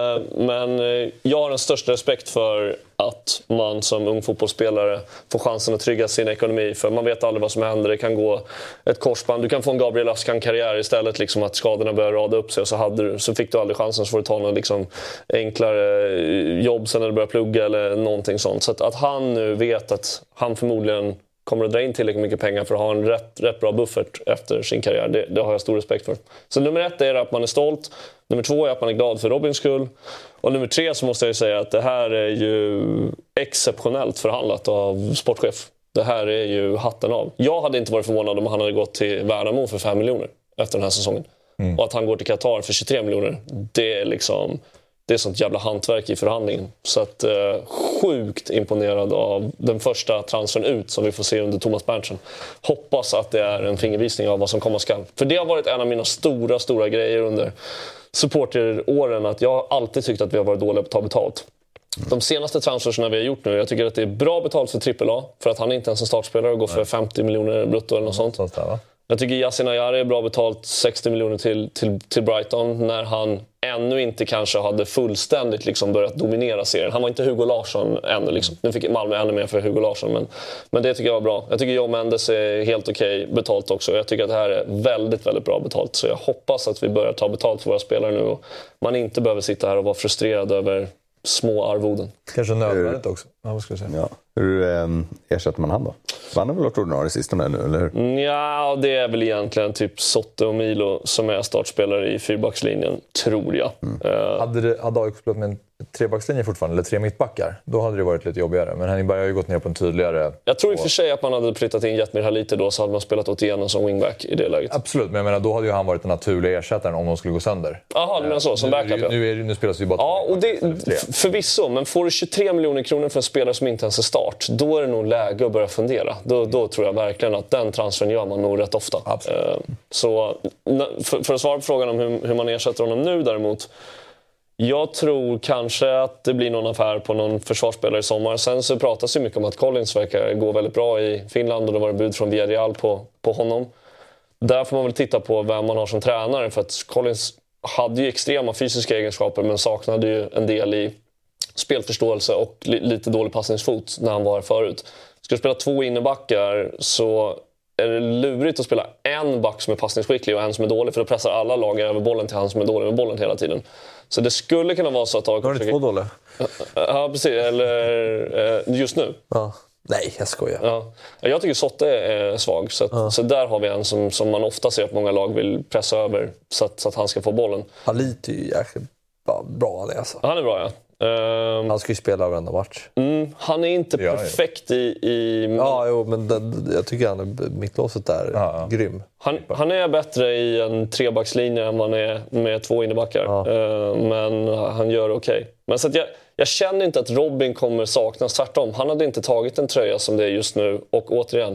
C: men jag har den största respekt för att man som ung fotbollsspelare får chansen att trygga sin ekonomi. För man vet aldrig vad som händer. Det kan gå ett korsband. Du kan få en Gabriel Askan-karriär istället. Liksom att skadorna börjar rada upp sig. Och så, hade du, så fick du aldrig chansen, så får du ta någon liksom enklare jobb sen när du börjar plugga eller någonting sånt. Så att, att han nu vet att han förmodligen kommer att dra in tillräckligt mycket pengar för att ha en rätt, rätt bra buffert efter sin karriär. Det, det har jag stor respekt för. Så nummer ett är att man är stolt. Nummer två är att man är glad för Robins skull. Och nummer tre så måste jag säga att det här är ju exceptionellt förhandlat av sportchef. Det här är ju hatten av. Jag hade inte varit förvånad om han hade gått till Värnamo för fem miljoner efter den här säsongen. Mm. Och att han går till Qatar för tjugotre miljoner, det är liksom... Det är sånt jävla hantverk i förhandlingen. Så att eh, sjukt imponerad av den första transfern ut som vi får se under Thomas Berntsen. Hoppas att det är en fingervisning av vad som komma skall. För det har varit en av mina stora, stora grejer under supporteråren. Att jag har alltid tyckt att vi har varit dåliga på att ta betalt. De senaste transferserna vi har gjort nu, jag tycker att det är bra betalt för trippel A. För att han är inte ens en startspelare och går för femtio miljoner brutto eller något sånt.
A: sånt där, va?
C: Jag tycker Yasin Ayari är bra betalt, sextio miljoner till, till, till Brighton, när han ännu inte kanske hade fullständigt liksom börjat dominera serien. Han var inte Hugo Larsson ännu. Liksom. Nu fick Malmö ännu mer för Hugo Larsson, men, men det tycker jag var bra. Jag tycker Joe Mendes är helt okej okay betalt också. Jag tycker att det här är väldigt, väldigt bra betalt. Så jag hoppas att vi börjar ta betalt för våra spelare nu och man inte behöver sitta här och vara frustrerad över små arvoden.
A: Kanske nödvändigt också. Ja, vad ska jag säga?
B: Ja. Hur eh, ersätter man han då? Han har väl varit ordinarie sistone nu, eller hur?
C: Ja, det är väl egentligen typ Sotte och Milo som är startspelare i fyrbackslinjen, tror jag. Mm.
A: Uh, hade, det, hade A I K spelat med en trebackslinje fortfarande, eller tre mittbackar, då hade det varit lite jobbigare. Men Henning Berg har ju gått ner på en tydligare...
C: Jag tror i och för sig att man hade flyttat in Jetmir Halite då, så hade man spelat åt igenom som wingback i det läget.
A: Absolut, men jag menar, då hade ju han varit en naturlig ersättare om de skulle gå sönder.
C: Jaha, du menar så, som backup,
A: nu,
C: ja.
A: Nu, är, nu spelas det ju bara...
C: Ja, och det, förvisso, men får du tjugotre miljoner kronor för en spelare som inte ens är start, då är det nog läge att börja fundera. Då, då tror jag verkligen att den transfern gör man nog rätt ofta.
A: Absolut.
C: Så för, för att svara på frågan om hur, hur man ersätter honom nu däremot, jag tror kanske att det blir någon affär på någon försvarsspelare i sommar. Sen så pratas ju mycket om att Collins verkar gå väldigt bra i Finland och det var en bud från Villarreal på, på honom. Där får man väl titta på vem man har som tränare, för att Collins hade ju extrema fysiska egenskaper men saknade ju en del i spelförståelse och li- lite dålig passningsfot när han var här förut. Ska du spela två innebackar så är det lurigt att spela en back som är passningsskicklig och en som är dålig, för då pressar alla lag över bollen till han som är dålig med bollen hela tiden. Så det skulle kunna vara så att...
D: Har du två dåliga?
C: Ja, precis. Eller just nu.
D: Ja. Nej, jag skojar.
C: Ja. Jag tycker Sotte är svag. Så, att, ja. Så där har vi en som, som man ofta ser att många lag vill pressa över så att, så att han ska få bollen.
D: Halite är ju jäkligt bra. Det, alltså.
C: Han är bra, ja. Um,
D: han ska ju spela varenda match.
C: Mm, han är inte ja, perfekt ja. i... i men...
D: Ja, jo, men det, jag tycker han är mittlåset där ja, ja. grym.
C: Han, han är bättre i en trebackslinje än man är med två innebackar. Ja. Uh, men han gör okej. Okay. Men så att jag, jag känner inte att Robin kommer saknas. Tvärtom, han hade inte tagit en tröja som det är just nu. Och återigen,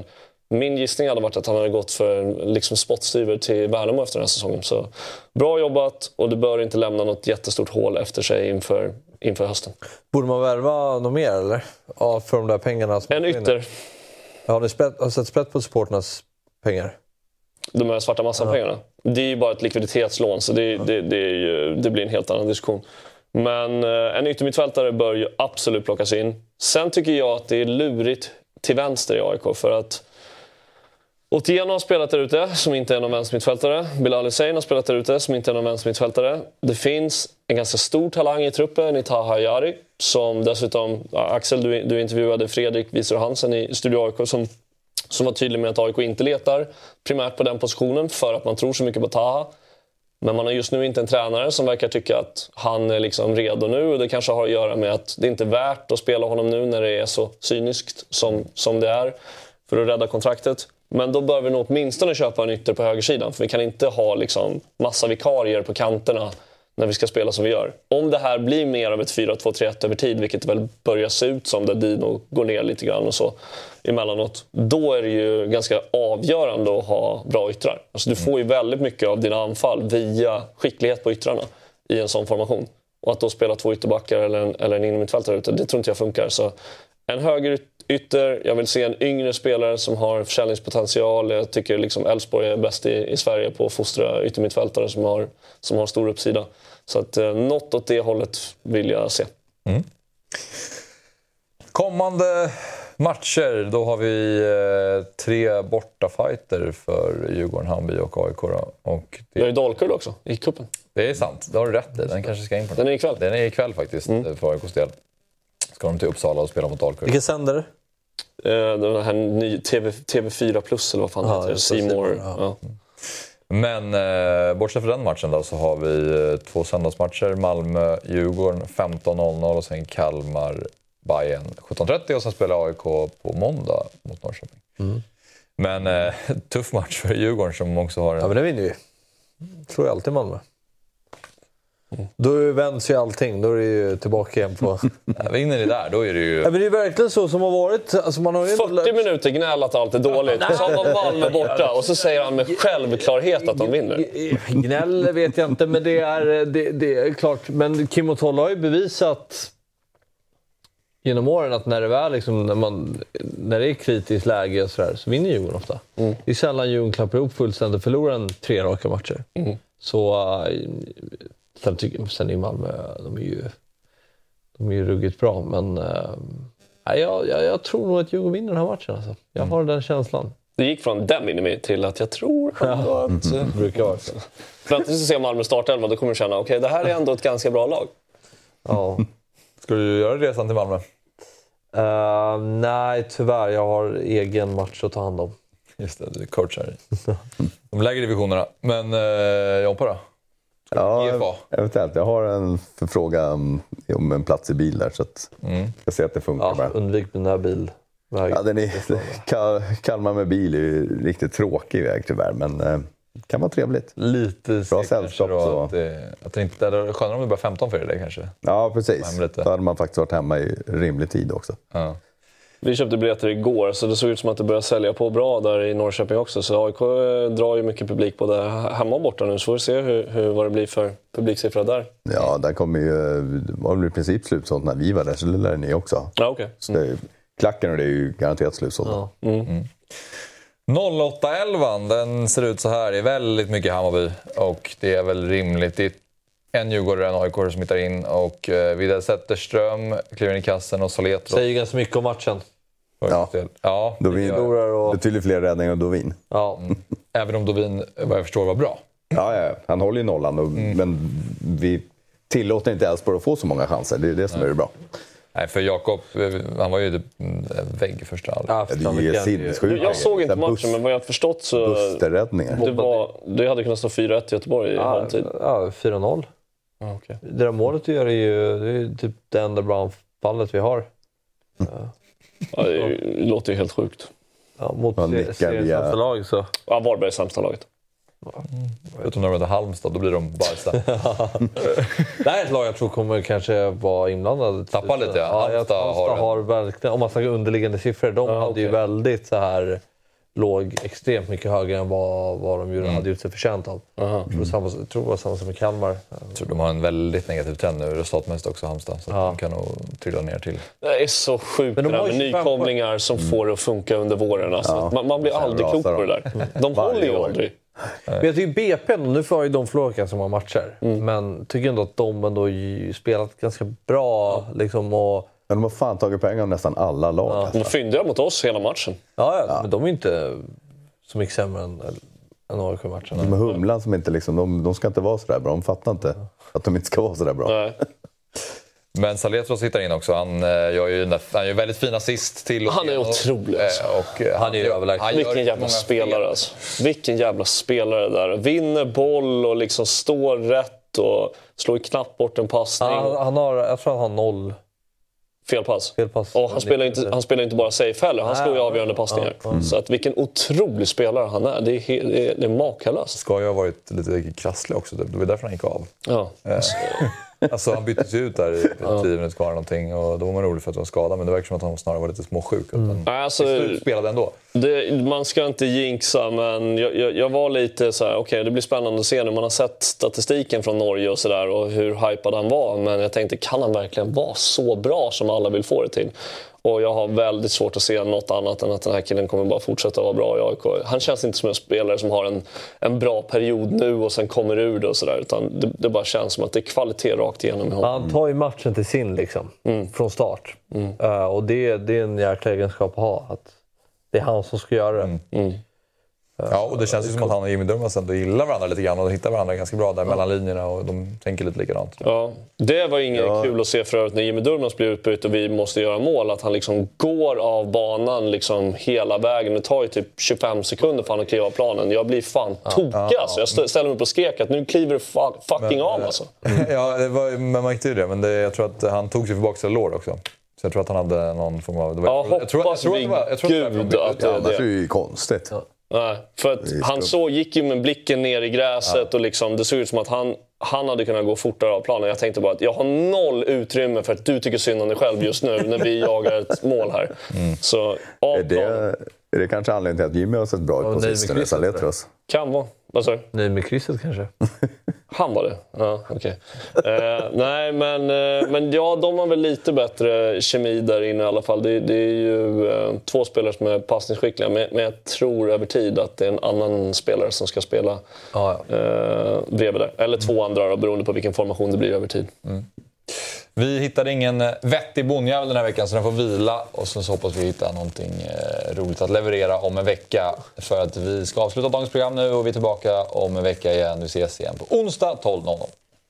C: min gissning hade varit att han hade gått för liksom spottstyver till Värnamo efter den här säsongen. Så bra jobbat, och det bör inte lämna något jättestort hål efter sig inför, inför hösten.
D: Borde man värva något mer eller? Ja, för de där pengarna som
C: En ytter.
D: Har ni spett, har sett spett på supporternas pengar?
C: De här svarta massan-pengarna. Det är ju bara ett likviditetslån, så det, det, det, är ju, det blir en helt annan diskussion. Men eh, en yttermittfältare bör ju absolut plockas in. Sen tycker jag att det är lurigt till vänster i A I K, för att Otieno har spelat där ute som inte är någon vänstermittfältare. Bilal Hussein har spelat där ute som inte är någon vänstermittfältare. Det finns en ganska stor talang i truppen i Taha Jari, som dessutom, Axel, du, du intervjuade Fredrik Wieser Hansen i Studio A I K som, som var tydlig med att A I K inte letar primärt på den positionen för att man tror så mycket på Taha. Men man har just nu inte en tränare som verkar tycka att han är liksom redo nu, och det kanske har att göra med att det inte är värt att spela honom nu när det är så cyniskt som, som det är för att rädda kontraktet. Men då bör vi nog åtminstone köpa en ytter på högersidan, för vi kan inte ha liksom massa vikarier på kanterna när vi ska spela som vi gör. Om det här blir mer av ett fyra två tre ett över tid, vilket det väl börjar se ut som, där Dino går ner lite grann och så emellanåt, då är det ju ganska avgörande att ha bra yttrar. Alltså du får ju väldigt mycket av dina anfall via skicklighet på yttrarna i en sån formation. Och att då spela två ytterbackar eller en, eller en innermittfältare ute, det tror inte jag funkar. Så en höger ytter, jag vill se en yngre spelare som har försäljningspotential. Jag tycker liksom Elfsborg är bäst i, i Sverige på att fostra yttermittfältare som har, som har stor uppsida. Så att eh, något åt det hållet vill jag se. Mm.
A: Kommande matcher, då har vi eh, tre bortafighter för Djurgården, Hammarby och A I K. Och det...
C: Vi har ju Dalkurd också i kuppen.
A: Det är sant, det har du rätt i. Den kanske ska in på
C: den. Den är ikväll.
A: Den är ikväll faktiskt, mm. för A I K:s del. Ska de till Uppsala och spela mot Dalkurd.
D: Vilken sänder?
C: Eh, den här ny T V, T V fyra plus eller vad fan ja, heter det? Seymour. Ja. Ja.
A: Men eh, bortsett från den matchen då, så har vi eh, två söndagsmatcher. Malmö-Djurgården femton noll noll och sen Kalmar-Bayern sjutton trettio, och sen spelar A I K på måndag mot Norrköping. Mm. Men eh, tuff match för Djurgården som också har en...
D: Ja, men det vinner vi. Tror jag alltid Malmö. Mm. Då vänds ju allting, då är det ju tillbaka igen på...
A: Ja, vinner ni där, då är det ju...
D: Ja, men det är verkligen så som har varit... Alltså man har ju
C: fyrtio minuter gnäll att allt är dåligt. Så har man Malmö borta och så säger han med självklarhet att de vinner.
D: Gnäll vet jag inte, men det är, det, det är klart. Men Kim och Tolle har ju bevisat genom åren att när det väl liksom, när, man, när det är kritiskt läge och så, där, så vinner Djurgården ofta. Mm. Det är sällan Djurgården klappar ihop fullständigt och förlorar en tre raka matcher. Mm. Så... Sen, tycker, sen i Malmö, de är ju, de är ju ruggigt bra. Men äh, jag, jag, jag tror nog att Djurgården vinner den här matchen. Alltså. Jag mm. har den känslan.
C: Det gick från den vinner vi till att jag tror ja. att...
D: Mm. brukar vara så.
C: Fram tills du ser Malmö startelva, då kommer du känna okej, okay, det här är ändå ett ganska bra lag.
D: Ja.
A: Ska du göra resan till Malmö?
D: Uh, nej, tyvärr. Jag har egen match att ta hand om.
A: Just det, du coachar de lägre divisionerna. Men uh, Jompa då?
B: Ja, eventuellt. Jag har en förfrågan om en plats i bil där, så att mm. jag ser att det funkar.
D: Ja, undvik den här bil.
B: Ja, den är, Kalmar med bil är ju riktigt tråkig väg tyvärr, men eh, kan vara trevligt.
A: Lite
B: bra sällskap.
A: Så. Att det, att det inte är skönare om det bara femton för dig kanske.
B: Ja, precis. Då hade man faktiskt varit hemma i rimlig tid också.
A: Ja.
C: Vi köpte biljetter igår, så det såg ut som att det började sälja på bra där i Norrköping också. Så A I K drar ju mycket publik både hemma och borta nu. Så får vi se hur, hur, vad det blir för publiksiffra där.
B: Ja, där kommer ju... Det var väl i princip slutsålt när vi var där, så det lär ni också.
C: Ja, okej. Okay.
B: Mm. Klacken och det är ju garanterat slutsålt.
C: Ja. Mm. Mm.
A: noll åtta elva, den ser ut så här. Det är väldigt mycket Hammarby och det är väl rimligt. Det är en Djurgårdare, en A I K som hittar in och eh, Vidar Zetterström kliver in i kassen och Soletro.
D: Säger ganska mycket om matchen.
B: Ja,
A: ja
B: Dovin och... betydligt fler räddningar än Dovin.
D: Ja.
A: Mm. Även om Dovin, vad jag förstår, var bra.
B: Ja, ja. Han håller ju nollan, och, mm. men vi tillåter inte Elfsborg att få så många chanser. Det är det som Nej. är det bra.
A: Nej, för Jakob, han var ju typ vägg i första halvlek.
B: Ja, det är sinnessjukt.
C: Jag såg inte matchen, bus, men vad jag har förstått så...
B: Busterräddningar.
C: Det, var, det hade kunnat stå fyra ett i Göteborg i
D: ja,
C: halvtid.
D: Ja, fyra noll.
C: Ah, okay.
D: Det där målet gör är ju det är typ det enda bra fallet vi har.
C: Mm. Ja, det låter ju helt sjukt.
D: Ja, mot seriens sämsta lag så.
C: Ja, Varberg är sämsta laget.
A: Mm. Utom när de möter Halmstad, då blir de Barca.
D: Det här är ett lag jag tror kommer kanske vara inblandad.
A: Tappa lite, ja.
D: Ja, Halmstad har, har verkligen, om man snackar underliggande siffror, de ja, hade okay. ju väldigt så här låg extremt mycket högre än vad, vad de mm. hade gjort sig förtjänt av.
C: Uh-huh.
D: Jag, tror samma, jag tror det var samma som i Kalmar.
A: Jag tror de har en väldigt negativ trend nu, resultatmässigt också Halmstad. Så ja. de kan nog trilla ner till.
C: Det är så sjukt med nykomlingar som mm. får det att funka under våren. Alltså. Ja. Man, man blir aldrig klok på det där. De håller ju aldrig.
D: Men jag tycker B P, nu får ju de förlorat som har matcher. Mm. Men tycker ändå att de ändå spelat ganska bra. Liksom, och
B: men de har fan tagit pengar av nästan alla lag.
C: Ja.
B: Alltså.
C: De fyndiga mot oss hela matchen.
D: Ja, ja, ja. Men de är inte så mycket sämre än, än A I K-matchen.
B: De är Humlan som inte liksom, de, de ska inte vara så där bra. De fattar inte att de inte ska vara så där bra.
C: Nej.
A: Men Saletros hittar in också. Han gör ju han gör väldigt fina assist till.
C: Han är otrolig.
A: Och, och, och
D: han är ju överlägsen.
C: Vilken jävla spelare alltså. Vilken jävla spelare där. Vinner boll och liksom står rätt och slår knappt bort en passning.
D: Han, han har, jag tror han har noll
C: felpass.
D: felpass.
C: Och han spelar inte han spelar inte bara safe heller. Han slår ju avgörande passningar.
D: Ja, ja.
C: Så att vilken otrolig spelare han är. Det är he- det är, det är makalöst.
A: Ska ju ha varit lite krasslig också. Det var därför han gick av.
C: Ja.
A: Alltså han byttes ut där i tio minuter kvar någonting och då var man rolig för att han skadade, men det verkar som att han snarare var lite småsjuk. Mm.
C: Men alltså,
A: spelade ändå.
C: Det, man ska inte jinxa, men jag, jag, jag var lite så här: okej, okay, det blir spännande att se nu. Man har sett statistiken från Norge och sådär och hur hypad han var, men jag tänkte, kan han verkligen vara så bra som alla vill få det till? Och jag har väldigt svårt att se något annat än att den här killen kommer bara fortsätta vara bra i A I K. Han känns inte som en spelare som har en, en bra period nu och sen kommer ur det och sådär. Utan det, det bara känns som att det är kvalitet rakt igenom med honom.
D: Han tar ju matchen till sin liksom. Mm. Från start. Mm. Uh, och det, det är en jäkla egenskap att ha. Att det är han som ska göra det.
A: Mm. Mm. Ja, och det känns ju som att han och Jimmy Durmaz ändå gillar varandra lite grann och hittar varandra ganska bra där ja. mellan linjerna och de tänker lite likadant.
C: Ja, det var inget ja. kul att se för övrigt när Jimmy Durmaz blir utbytt och vi måste göra mål, att han liksom går av banan liksom hela vägen. Det tar ju typ tjugofem sekunder för han att kliva av planen. Jag blir fan ja. tokig ja. alltså. Jag ställer mig upp och skrek att nu kliver det fa- fucking men, av alltså.
A: Ja, det var, men man gick det, men det, jag tror att han tog sig för baksida lår också. Så jag tror att han hade någon form av...
C: Var, ja, jag tror, jag tror, jag tror att det var... Gud att det,
B: ja, det är ju konstigt. Ja.
C: Nej, för att han så gick ju med blicken ner i gräset ja. och liksom, det såg ut som att han, han hade kunnat gå fortare av planen. Jag tänkte bara att jag har noll utrymme för att du tycker synd om dig själv just nu när vi jagar ett mål här. Mm. Så, av
B: är, det, är det kanske anledningen till att Jimmy har sett bra ut på sistone i Saletros?
C: Kan vara. Vad sa du?
D: Nej, med krysset kanske.
C: Han var det? Ja, okej. Okay. Eh, nej, men, eh, men ja, de har väl lite bättre kemi där inne i alla fall. Det, det är ju eh, två spelare som är passningsskickliga, men, men jag tror över tid att det är en annan spelare som ska spela ah, ja. eh, bredvid där. Eller två andra då, beroende på vilken formation det blir över tid. Mm.
A: Vi hittade ingen vettig bonjävel den här veckan så den får vila och så hoppas vi hitta någonting eh, roligt att leverera om en vecka för att vi ska avsluta dagens program nu och vi är tillbaka om en vecka igen. Vi ses igen på onsdag tolv noll noll.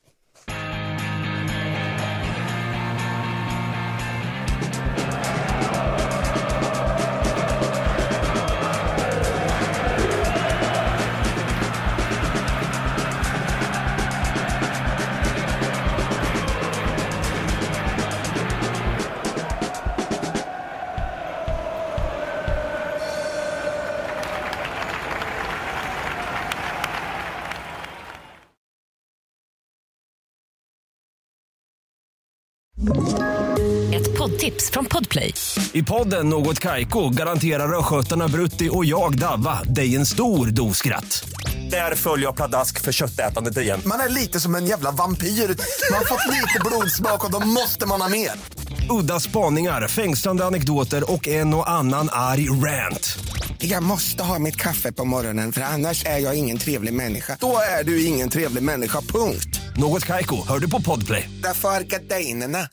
E: Ett poddtips från Podplay.
F: I podden Något Kaiko garanterar röskötarna Brutti och jag Davva dig en stor doskratt. Där följer jag pladask för köttätandet igen.
G: Man är lite som en jävla vampyr. Man har fått lite blodsmak och då måste man ha mer.
F: Udda spaningar, fängslande anekdoter och en och annan arg rant.
G: Jag måste ha mitt kaffe på morgonen för annars är jag ingen trevlig människa. Då är du ingen trevlig människa, punkt.
F: Något Kaiko, hör du på Podplay.
G: Därför är gardinerna.